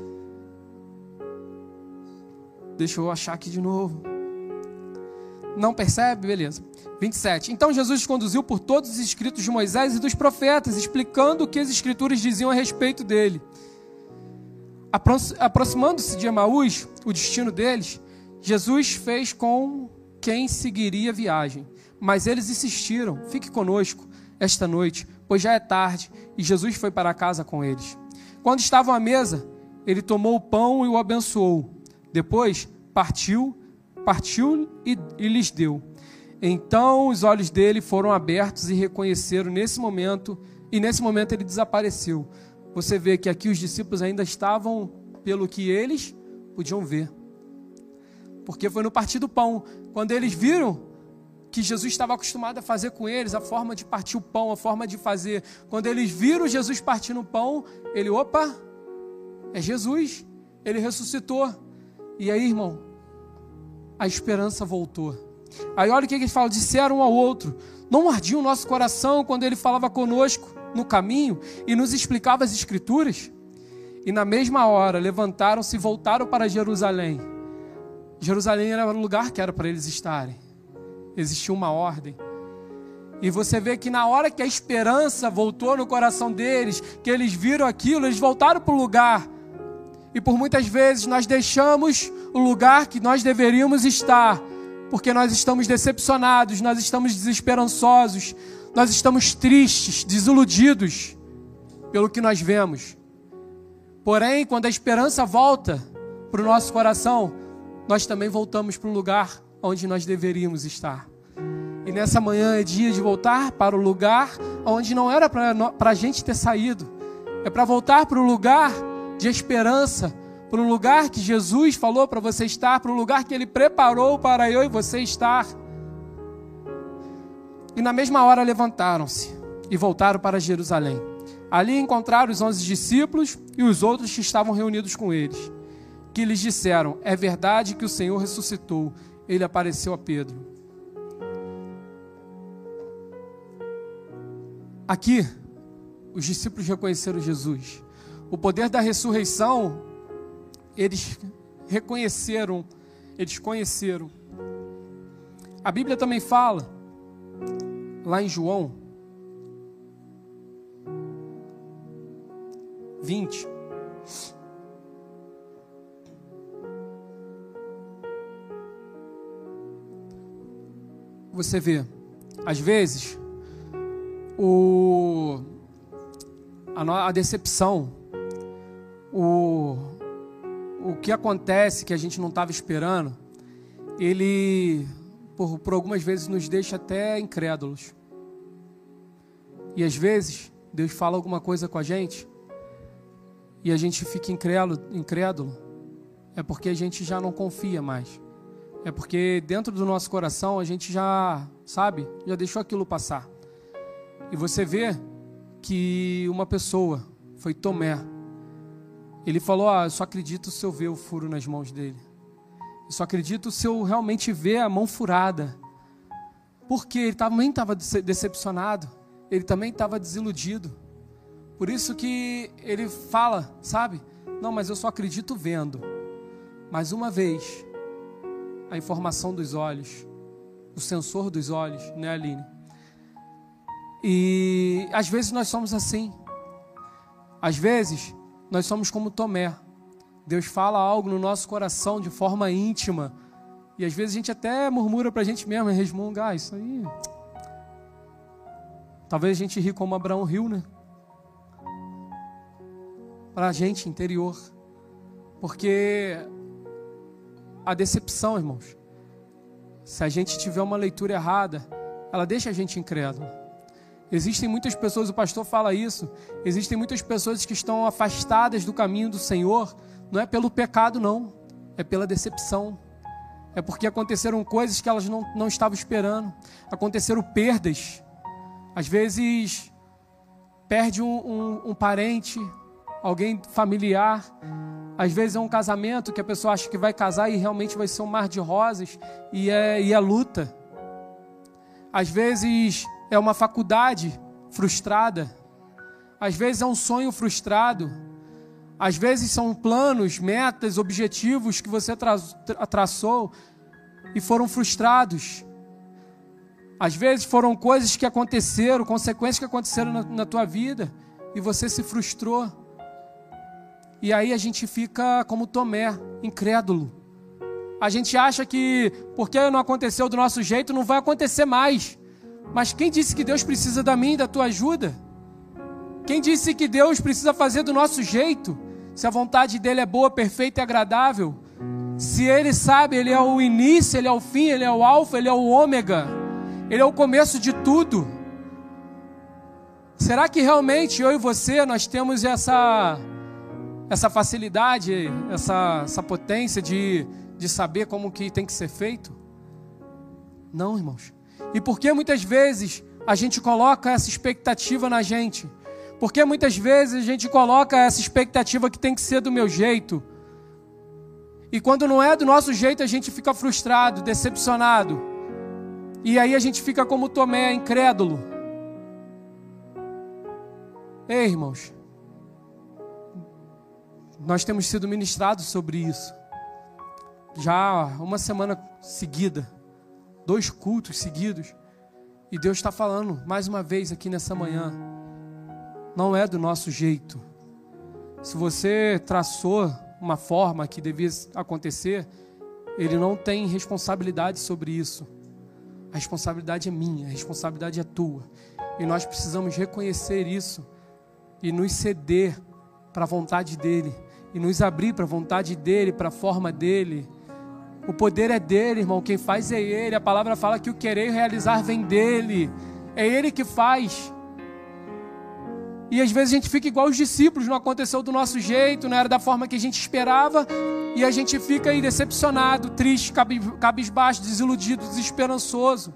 Speaker 1: Deixa eu achar aqui de novo. Não percebe? Beleza. vinte e sete. Então Jesus os conduziu por todos os escritos de Moisés e dos profetas, explicando o que as escrituras diziam a respeito dele. Aproximando-se de Emaús, o destino deles, Jesus fez com quem seguiria a viagem. Mas eles insistiram, fique conosco esta noite, pois já é tarde, e Jesus foi para casa com eles. Quando estavam à mesa, ele tomou o pão e o abençoou. Depois partiu, partiu e, e lhes deu. Então os olhos dele foram abertos e reconheceram nesse momento, e nesse momento ele desapareceu. Você vê que aqui os discípulos ainda estavam pelo que eles podiam ver. Porque foi no partir do pão, quando eles viram que Jesus estava acostumado a fazer com eles, a forma de partir o pão, a forma de fazer. Quando eles viram Jesus partindo o pão, ele, opa, é Jesus, ele ressuscitou. E aí, irmão, a esperança voltou. Aí olha o que eles falam, disseram um ao outro, não ardia o nosso coração quando ele falava conosco no caminho e nos explicava as escrituras? E na mesma hora levantaram-se e voltaram para Jerusalém. Jerusalém era o lugar que era para eles estarem. Existia uma ordem. E você vê que na hora que a esperança voltou no coração deles, que eles viram aquilo, eles voltaram para o lugar. E por muitas vezes nós deixamos o lugar que nós deveríamos estar, porque nós estamos decepcionados, nós estamos desesperançosos, nós estamos tristes, desiludidos pelo que nós vemos. Porém, quando a esperança volta para o nosso coração, nós também voltamos para o lugar onde nós deveríamos estar. E nessa manhã é dia de voltar para o lugar onde não era para a gente ter saído. É para voltar para o lugar de esperança, para o lugar que Jesus falou para você estar, para o lugar que Ele preparou para eu e você estar. E na mesma hora levantaram-se e voltaram para Jerusalém. Ali encontraram os onze discípulos e os outros que estavam reunidos com eles, que lhes disseram, é verdade que o Senhor ressuscitou. Ele apareceu a Pedro. Aqui, os discípulos reconheceram Jesus. O poder da ressurreição, eles reconheceram, eles conheceram. A Bíblia também fala, lá em João vinte, você vê, às vezes, o, a, a decepção, o, o que acontece que a gente não estava esperando, ele, por, por algumas vezes, nos deixa até incrédulos. E às vezes, Deus fala alguma coisa com a gente, e a gente fica incrédulo, incrédulo, é porque a gente já não confia mais. É porque dentro do nosso coração a gente já, sabe, já deixou aquilo passar. E você vê que uma pessoa, foi Tomé, ele falou, ah, eu só acredito se eu ver o furo nas mãos dele. Eu só acredito se eu realmente ver a mão furada. Porque ele também estava decepcionado, ele também estava desiludido. Por isso que ele fala, sabe? Não, mas eu só acredito vendo. Mais uma vez, a informação dos olhos, o sensor dos olhos, né, Aline? E às vezes nós somos assim. Às vezes nós somos como Tomé. Deus fala algo no nosso coração de forma íntima. E às vezes a gente até murmura para a gente mesmo, resmunga, ah, isso aí... Talvez a gente ri como Abraão riu, né? Para a gente interior. Porque a decepção, irmãos, se a gente tiver uma leitura errada, ela deixa a gente incrédulo. Existem muitas pessoas, o pastor fala isso, existem muitas pessoas que estão afastadas do caminho do Senhor, não é pelo pecado não, é pela decepção. É porque aconteceram coisas que elas não, não estavam esperando, aconteceram perdas. Às vezes perde um, um, um parente, alguém familiar. Às vezes é um casamento que a pessoa acha que vai casar e realmente vai ser um mar de rosas e é, e é luta. Às vezes é uma faculdade frustrada. Às vezes é um sonho frustrado. Às vezes são planos, metas, objetivos que você tra- tra- traçou e foram frustrados. Às vezes foram coisas que aconteceram, consequências que aconteceram na, na tua vida e você se frustrou. E aí a gente fica como Tomé, incrédulo. A gente acha que porque não aconteceu do nosso jeito, não vai acontecer mais. Mas quem disse que Deus precisa da minha e da tua ajuda? Quem disse que Deus precisa fazer do nosso jeito? Se a vontade dele é boa, perfeita e agradável. Se ele sabe, ele é o início, ele é o fim, ele é o alfa, ele é o ômega. Ele é o começo de tudo. Será que realmente eu e você, nós temos essa, essa facilidade, essa, essa potência de, de saber como que tem que ser feito? Não, irmãos. E por que muitas vezes a gente coloca essa expectativa na gente? Por que muitas vezes a gente coloca essa expectativa que tem que ser do meu jeito? E quando não é do nosso jeito, a gente fica frustrado, decepcionado. E aí a gente fica como Tomé, incrédulo. Ei, irmãos, nós temos sido ministrados sobre isso. Já uma semana seguida, dois cultos seguidos. E Deus está falando mais uma vez aqui nessa manhã. Não é do nosso jeito. Se você traçou uma forma que devia acontecer, Ele não tem responsabilidade sobre isso. A responsabilidade é minha, a responsabilidade é tua. E nós precisamos reconhecer isso e nos ceder para a vontade dEle. E nos abrir para a vontade dEle, para a forma dEle. O poder é dEle, irmão, quem faz é Ele. A palavra fala que o querer e realizar vem dEle. É Ele que faz. E às vezes a gente fica igual os discípulos, não aconteceu do nosso jeito, não era da forma que a gente esperava, e a gente fica aí decepcionado, triste, cabisbaixo, desiludido, desesperançoso.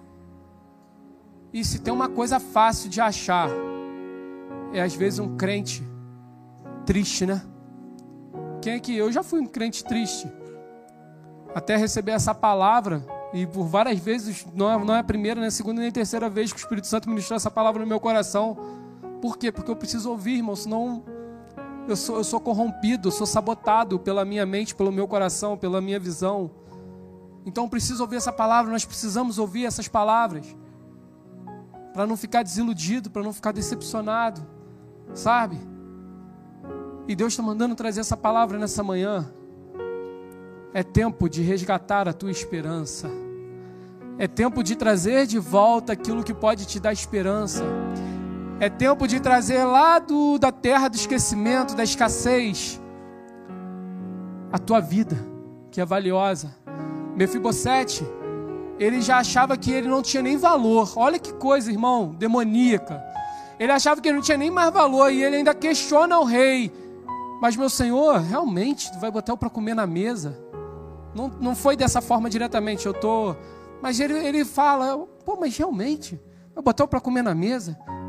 Speaker 1: E se tem uma coisa fácil de achar, é às vezes um crente triste, né? Quem é que eu já fui um crente triste? Até receber essa palavra, e por várias vezes, não é, não é a primeira, nem a segunda, nem a terceira vez que o Espírito Santo ministrou essa palavra no meu coração. Por quê? Porque eu preciso ouvir, irmão, senão eu sou, eu sou corrompido, eu sou sabotado pela minha mente, pelo meu coração, pela minha visão. Então eu preciso ouvir essa palavra, nós precisamos ouvir essas palavras, para não ficar desiludido, para não ficar decepcionado, sabe? E Deus está mandando trazer essa palavra nessa manhã. É tempo de resgatar a tua esperança. É tempo de trazer de volta aquilo que pode te dar esperança. É tempo de trazer lá do, da terra do esquecimento, da escassez, a tua vida, que é valiosa. Mefibosete, ele já achava que ele não tinha nem valor. Olha que coisa, irmão, demoníaca. Ele achava que ele não tinha nem mais valor e ele ainda questiona o rei. Mas, meu senhor, realmente, tu vai botar eu para comer na mesa? Não, não foi dessa forma diretamente, eu tô... Mas ele, ele fala, pô, mas realmente, vai botar eu para comer na mesa?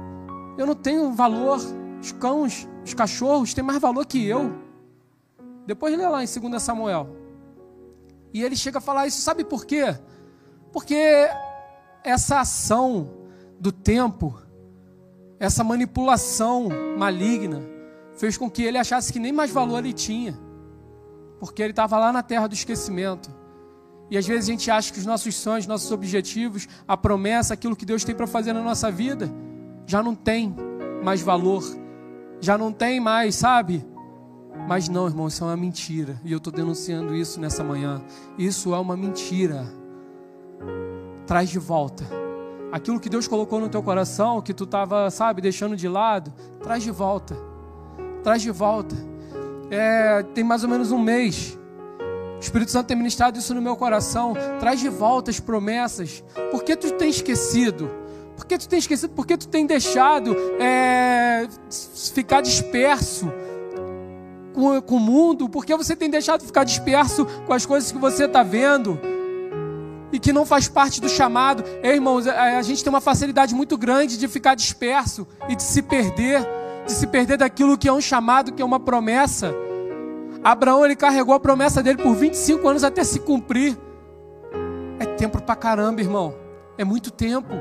Speaker 1: Eu não tenho valor. Os cães, os cachorros têm mais valor que eu. Depois lê lá em dois Samuel. E ele chega a falar isso, sabe por quê? Porque essa ação do tempo, essa manipulação maligna, fez com que ele achasse que nem mais valor ele tinha. Porque ele estava lá na terra do esquecimento. E às vezes a gente acha que os nossos sonhos, nossos objetivos, a promessa, aquilo que Deus tem para fazer na nossa vida, já não tem mais valor. Já não tem mais, sabe? Mas não, irmão, isso é uma mentira. E eu estou denunciando isso nessa manhã. Isso é uma mentira. Traz de volta. Aquilo que Deus colocou no teu coração, que tu estava, sabe, deixando de lado, traz de volta. Traz de volta. É, tem mais ou menos um mês. O Espírito Santo tem ministrado isso no meu coração. Traz de volta as promessas. Por que tu tem esquecido? Por que tu tem esquecido? Por que tu tem deixado é, ficar disperso com, com o mundo? Por que você tem deixado ficar disperso com as coisas que você está vendo e que não faz parte do chamado? Ei, irmãos, a, a gente tem uma facilidade muito grande de ficar disperso e de se perder, de se perder daquilo que é um chamado, que é uma promessa. Abraão, ele carregou a promessa dele por vinte e cinco anos até se cumprir. É tempo pra caramba, irmão. É muito tempo.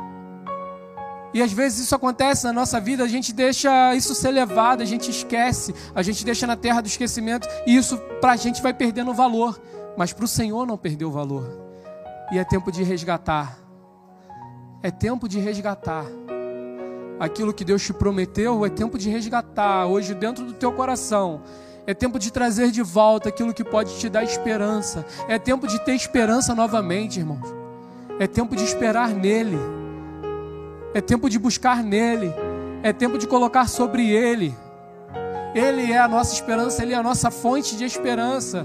Speaker 1: E às vezes isso acontece na nossa vida, a gente deixa isso ser levado, a gente esquece, a gente deixa na terra do esquecimento, e isso pra gente vai perdendo valor, mas pro Senhor não perdeu o valor. E é tempo de resgatar. É tempo de resgatar. Aquilo que Deus te prometeu, é tempo de resgatar hoje dentro do teu coração. É tempo de trazer de volta aquilo que pode te dar esperança. É tempo de ter esperança novamente, irmãos. É tempo de esperar nele. É tempo de buscar nele. É tempo de colocar sobre ele. Ele é a nossa esperança, ele é a nossa fonte de esperança.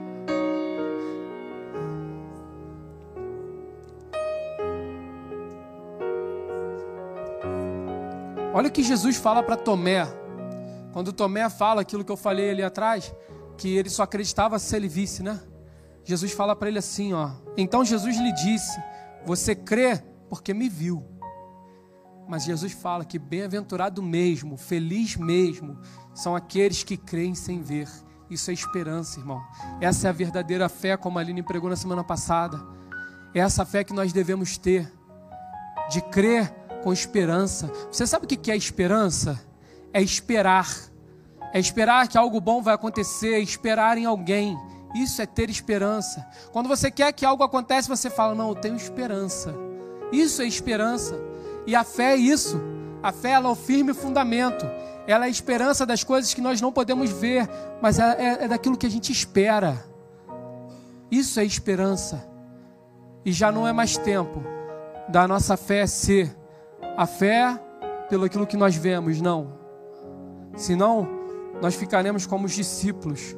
Speaker 1: Olha o que Jesus fala para Tomé. Quando Tomé fala aquilo que eu falei ali atrás, que ele só acreditava se ele visse, né? Jesus fala para ele assim, ó. Então Jesus lhe disse: você crê porque me viu. Mas Jesus fala que bem-aventurado mesmo, feliz mesmo, são aqueles que creem sem ver. Isso é esperança, irmão. Essa é a verdadeira fé, como a Aline pregou na semana passada. É essa fé que nós devemos ter, de crer com esperança. Você sabe o que é esperança? É esperar. É esperar que algo bom vai acontecer, é esperar em alguém. Isso é ter esperança. Quando você quer que algo aconteça, você fala: não, eu tenho esperança. Isso é esperança. E a fé é isso. A fé, ela é o firme fundamento. Ela é a esperança das coisas que nós não podemos ver, mas é, é, é daquilo que a gente espera. Isso é esperança. E já não é mais tempo da nossa fé ser a fé pelo aquilo que nós vemos, não. Senão, nós ficaremos como os discípulos.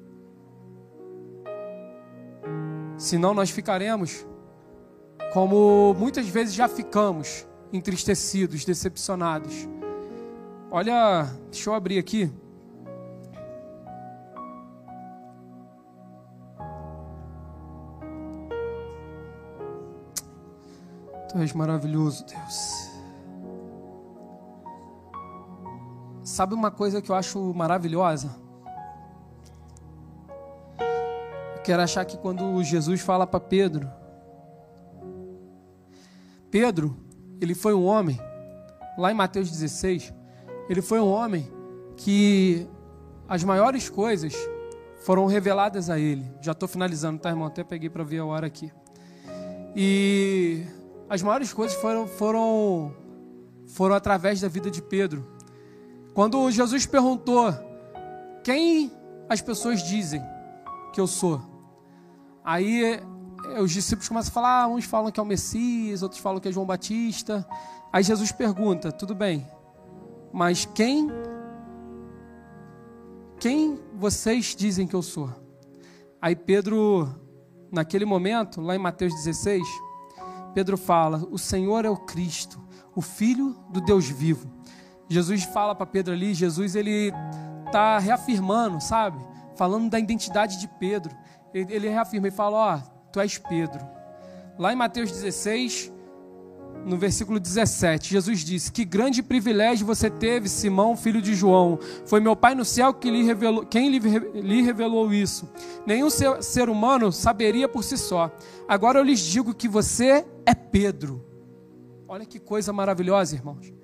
Speaker 1: Senão, nós ficaremos como muitas vezes já ficamos, entristecidos, decepcionados. Olha, deixa eu abrir aqui. Tu és maravilhoso, Deus. Sabe uma coisa que eu acho maravilhosa? Eu quero achar que quando Jesus fala para Pedro, Pedro, ele foi um homem, lá em Mateus dezesseis, ele foi um homem que as maiores coisas foram reveladas a ele. Já estou finalizando, tá, irmão? Até peguei para ver a hora aqui. E as maiores coisas foram, foram, foram através da vida de Pedro. Quando Jesus perguntou: quem as pessoas dizem que eu sou? Aí os discípulos começam a falar, uns falam que é o Messias, outros falam que é João Batista. Aí Jesus pergunta: tudo bem, mas quem, quem vocês dizem que eu sou? Aí Pedro, naquele momento, lá em Mateus dezesseis, Pedro fala: o Senhor é o Cristo, o Filho do Deus vivo. Jesus fala para Pedro ali, Jesus ele está reafirmando, sabe? Falando da identidade de Pedro. Ele, ele reafirma e fala: ó, tu és Pedro. Lá em Mateus dezesseis, no versículo dezessete, Jesus disse: que grande privilégio você teve, Simão, filho de João. Foi meu Pai no céu que lhe revelou, quem lhe, lhe revelou isso. Nenhum ser, ser humano saberia por si só. Agora eu lhes digo que você é Pedro. Olha que coisa maravilhosa, irmãos.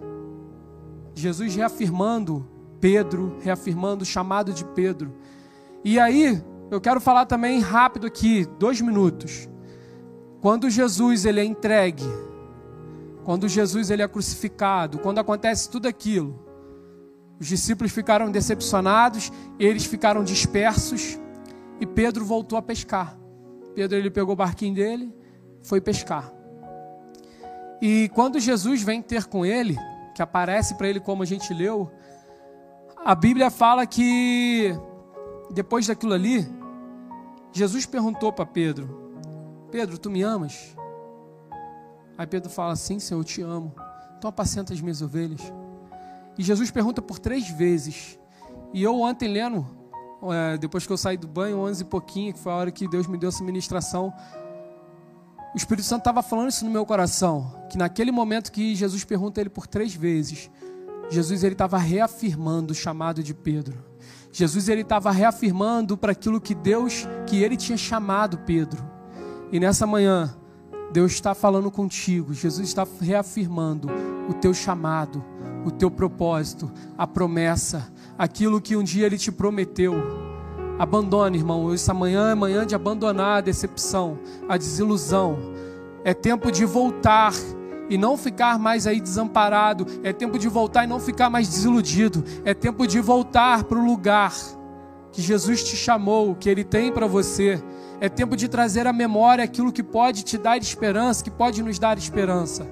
Speaker 1: Jesus reafirmando Pedro, reafirmando o chamado de Pedro. E aí, eu quero falar também rápido aqui, dois minutos. Quando Jesus ele é entregue, quando Jesus ele é crucificado, quando acontece tudo aquilo, os discípulos ficaram decepcionados, eles ficaram dispersos e Pedro voltou a pescar. Pedro ele pegou o barquinho dele, foi pescar. E quando Jesus vem ter com ele, que aparece para ele como a gente leu, a Bíblia fala que depois daquilo ali, Jesus perguntou para Pedro: Pedro, tu me amas? Aí Pedro fala: sim, Senhor, eu te amo. Então apacenta as minhas ovelhas. E Jesus pergunta por três vezes. E eu ontem lendo, é, depois que eu saí do banho, onze e pouquinho, que foi a hora que Deus me deu essa ministração, o Espírito Santo estava falando isso no meu coração, que naquele momento que Jesus pergunta ele por três vezes, Jesus ele estava reafirmando o chamado de Pedro. Jesus ele estava reafirmando para aquilo que Deus, que ele tinha chamado Pedro. E nessa manhã, Deus está falando contigo. Jesus está reafirmando o teu chamado, o teu propósito, a promessa, aquilo que um dia ele te prometeu. Abandone, irmão. Essa manhã é manhã de abandonar a decepção, a desilusão. É tempo de voltar e não ficar mais aí desamparado. É tempo de voltar e não ficar mais desiludido. É tempo de voltar para o lugar que Jesus te chamou, que Ele tem para você. É tempo de trazer à memória aquilo que pode te dar esperança, que pode nos dar esperança.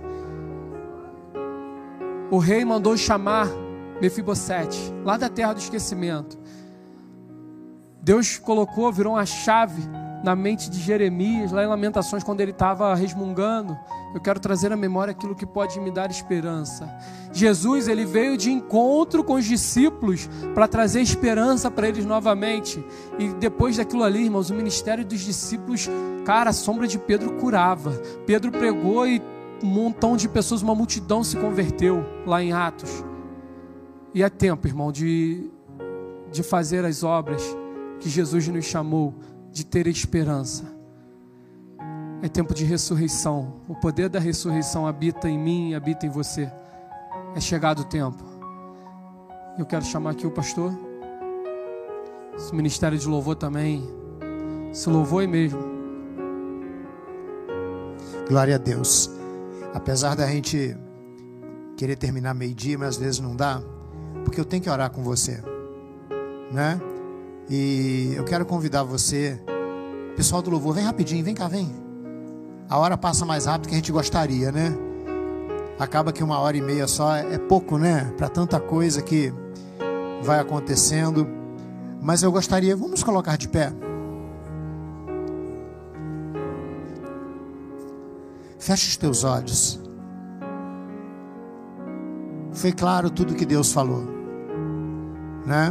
Speaker 1: O rei mandou chamar Mefibosete, lá da terra do esquecimento. Deus colocou, virou uma chave na mente de Jeremias, lá em Lamentações, quando ele estava resmungando. Eu quero trazer à memória aquilo que pode me dar esperança. Jesus, ele veio de encontro com os discípulos para trazer esperança para eles novamente. E depois daquilo ali, irmãos, o ministério dos discípulos, cara, a sombra de Pedro curava. Pedro pregou e um montão de pessoas, uma multidão se converteu lá em Atos. E é tempo, irmão, de, de fazer as obras que Jesus nos chamou, de ter esperança. É tempo de ressurreição. O poder da ressurreição habita em mim e habita em você. É chegado o tempo. Eu quero chamar aqui o pastor. Esse ministério de louvor também. Se louvor é mesmo.
Speaker 2: Glória a Deus. Apesar da gente querer terminar meio-dia, mas às vezes não dá, porque eu tenho que orar com você, né? E eu quero convidar você, pessoal do louvor, vem rapidinho, vem cá, vem. A hora passa mais rápido que a gente gostaria, né? Acaba que uma hora e meia só é pouco, né? Para tanta coisa que vai acontecendo. Mas eu gostaria, vamos nos colocar de pé. Feche os teus olhos. Foi claro tudo que Deus falou, né?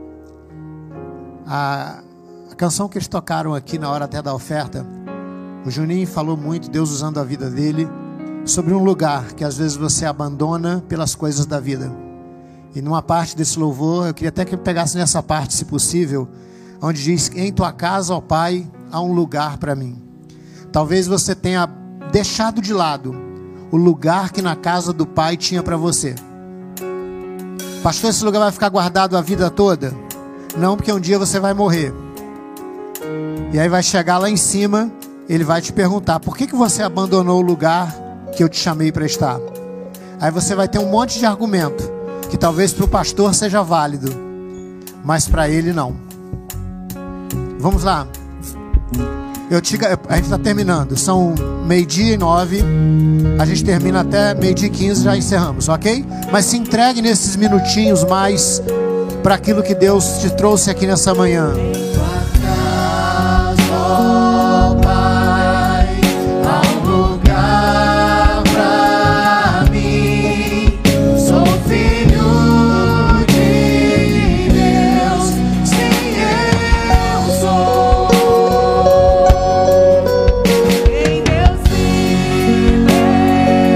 Speaker 2: A, a canção que eles tocaram aqui na hora até da oferta, o Juninho falou muito, Deus usando a vida dele, sobre um lugar que às vezes você abandona pelas coisas da vida. E numa parte desse louvor, eu queria até que eu pegasse nessa parte, se possível, onde diz: em tua casa, ó Pai, há um lugar para mim. Talvez você tenha deixado de lado o lugar que na casa do Pai tinha para você. Pastor, esse lugar vai ficar guardado a vida toda? Não, porque um dia você vai morrer. E aí vai chegar lá em cima, Ele vai te perguntar: por que que você abandonou o lugar que eu te chamei para estar? Aí você vai ter um monte de argumento, que talvez para o pastor seja válido, mas para ele não. Vamos lá. Eu te, a gente está terminando. São meio-dia e nove. A gente termina até meio-dia e quinze, já encerramos, ok? Mas se entregue nesses minutinhos mais para aquilo que Deus te trouxe aqui nessa manhã.
Speaker 3: Em Deus viver.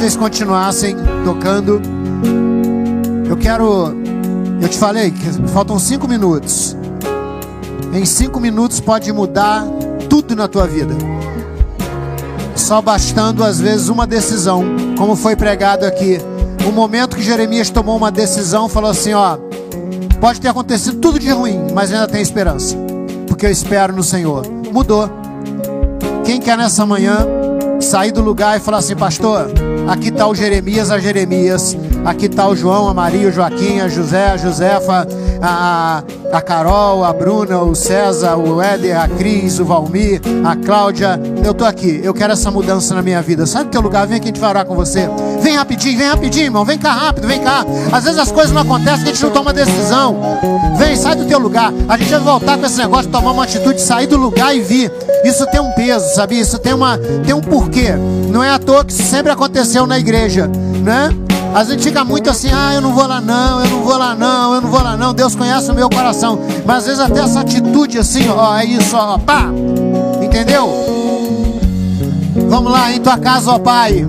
Speaker 2: vocês continuassem tocando. Eu quero... Eu te falei que faltam cinco minutos. Em cinco minutos pode mudar tudo na tua vida. Só bastando às vezes uma decisão, como foi pregado aqui. O momento que Jeremias tomou uma decisão, falou assim, ó, pode ter acontecido tudo de ruim, mas ainda tem esperança, porque eu espero no Senhor. Mudou. Quem quer nessa manhã sair do lugar e falar assim, pastor, aqui está o Jeremias, a Jeremias, aqui está o João, a Maria, o Joaquim, a José, a Josefa, a, a Carol, a Bruna, o César, o Éder, a Cris, o Valmir, a Cláudia. Eu estou aqui, eu quero essa mudança na minha vida. Sai do teu lugar, vem aqui, a gente vai orar com você. Vem rapidinho, vem rapidinho, irmão, vem cá rápido, vem cá. Às vezes as coisas não acontecem, a gente não toma decisão. Vem, sai do teu lugar. A gente vai voltar com esse negócio de tomar uma atitude, sair do lugar e vir. Isso tem um peso, sabia? Isso tem, uma, tem um porquê. Não é à toa que isso sempre aconteceu na igreja, né? A gente fica muito assim, ah, eu não vou lá não, eu não vou lá não, eu não vou lá não. Deus conhece o meu coração. Mas às vezes até essa atitude assim, ó, é isso, ó, pá. Entendeu? Vamos lá, em tua casa, ó Pai.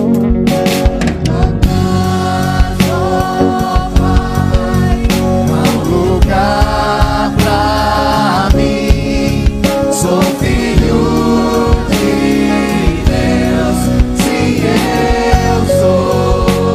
Speaker 2: Lugar pra mim, sou filho de Deus, sim, eu sou.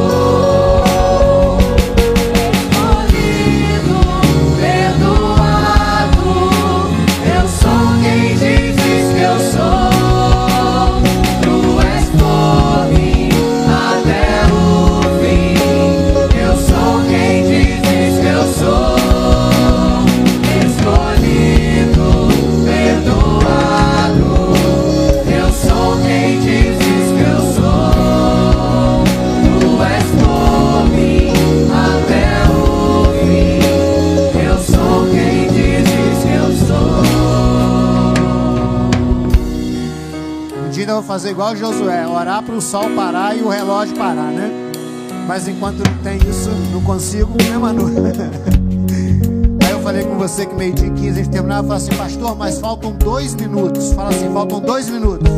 Speaker 2: Eu vou fazer igual Josué, orar para o sol parar e o relógio parar, né? Mas enquanto não tem isso, não consigo, né, Manu? Aí eu falei com você que meio-dia e quinze a gente terminava e falava assim, pastor, mas faltam dois minutos. Fala assim, faltam dois minutos.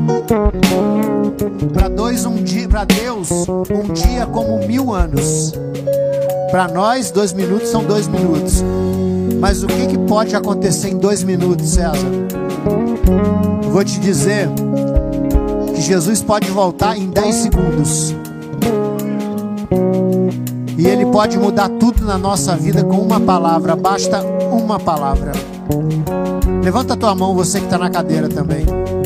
Speaker 2: Para dois, um dia, para Deus, um dia como mil anos. Para nós, dois minutos são dois minutos. Mas o que, que pode acontecer em dois minutos, César? Eu vou te dizer que Jesus pode voltar em dez segundos. E Ele pode mudar tudo na nossa vida com uma palavra. Basta uma palavra. Levanta a tua mão, você que está na cadeira também.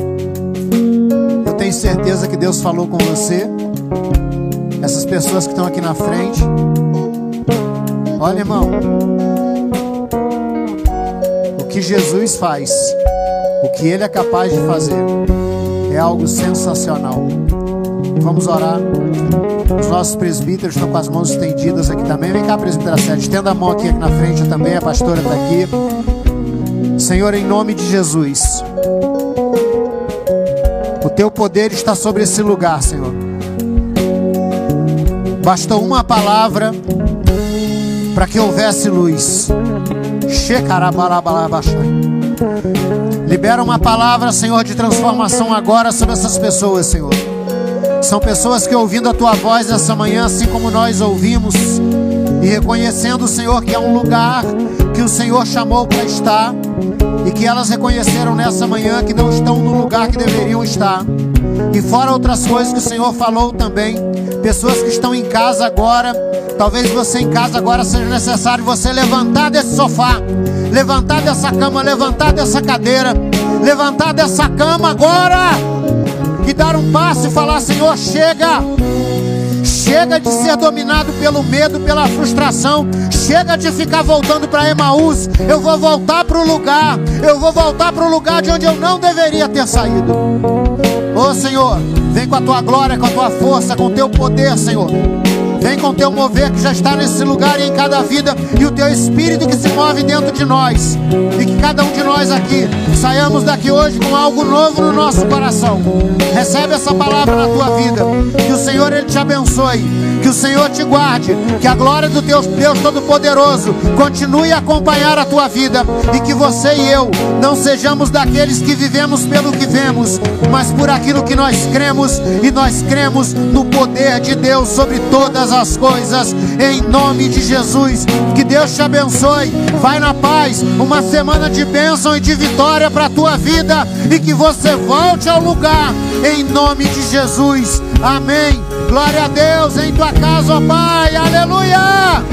Speaker 2: Eu tenho certeza que Deus falou com você. Essas pessoas que estão aqui na frente. Olha, irmão, o que Jesus faz, o que Ele é capaz de fazer, é algo sensacional. Vamos orar. Os nossos presbíteros estão com as mãos estendidas aqui também. Vem cá, presbítera Sete, estenda a mão aqui, aqui na frente também. A pastora está aqui. Senhor, em nome de Jesus, o Teu poder está sobre esse lugar, Senhor. Bastou uma palavra para que houvesse luz. Libera uma palavra, Senhor, de transformação agora sobre essas pessoas, Senhor. São pessoas que, ouvindo a Tua voz nessa manhã, assim como nós ouvimos, e reconhecendo, Senhor, que é um lugar que o Senhor chamou para estar, e que elas reconheceram nessa manhã que não estão no lugar que deveriam estar. E fora outras coisas que o Senhor falou também, pessoas que estão em casa agora, talvez você em casa agora seja necessário você levantar desse sofá, levantar dessa cama, levantar dessa cadeira, levantar dessa cama agora e dar um passo e falar: Senhor, chega, chega de ser dominado pelo medo, pela frustração, chega de ficar voltando para Emaús. Eu vou voltar para o lugar, eu vou voltar para o lugar de onde eu não deveria ter saído. Ô Senhor, vem com a Tua glória, com a Tua força, com o Teu poder, Senhor. Vem com o teu mover que já está nesse lugar e em cada vida, e o teu espírito que se move dentro de nós, e que cada um de nós aqui saiamos daqui hoje com algo novo no nosso coração. Recebe essa palavra na tua vida. Que o Senhor ele te abençoe, que o Senhor te guarde, que a glória do teu Deus Todo-Poderoso continue a acompanhar a tua vida, e que você e eu não sejamos daqueles que vivemos pelo que vemos, mas por aquilo que nós cremos, e nós cremos no poder de Deus sobre todas as coisas, em nome de Jesus. Que Deus te abençoe. Vai na paz, uma semana de bênção e de vitória para a tua vida, e que você volte ao lugar, em nome de Jesus. Amém. Glória a Deus em tua casa, ó Pai. Aleluia.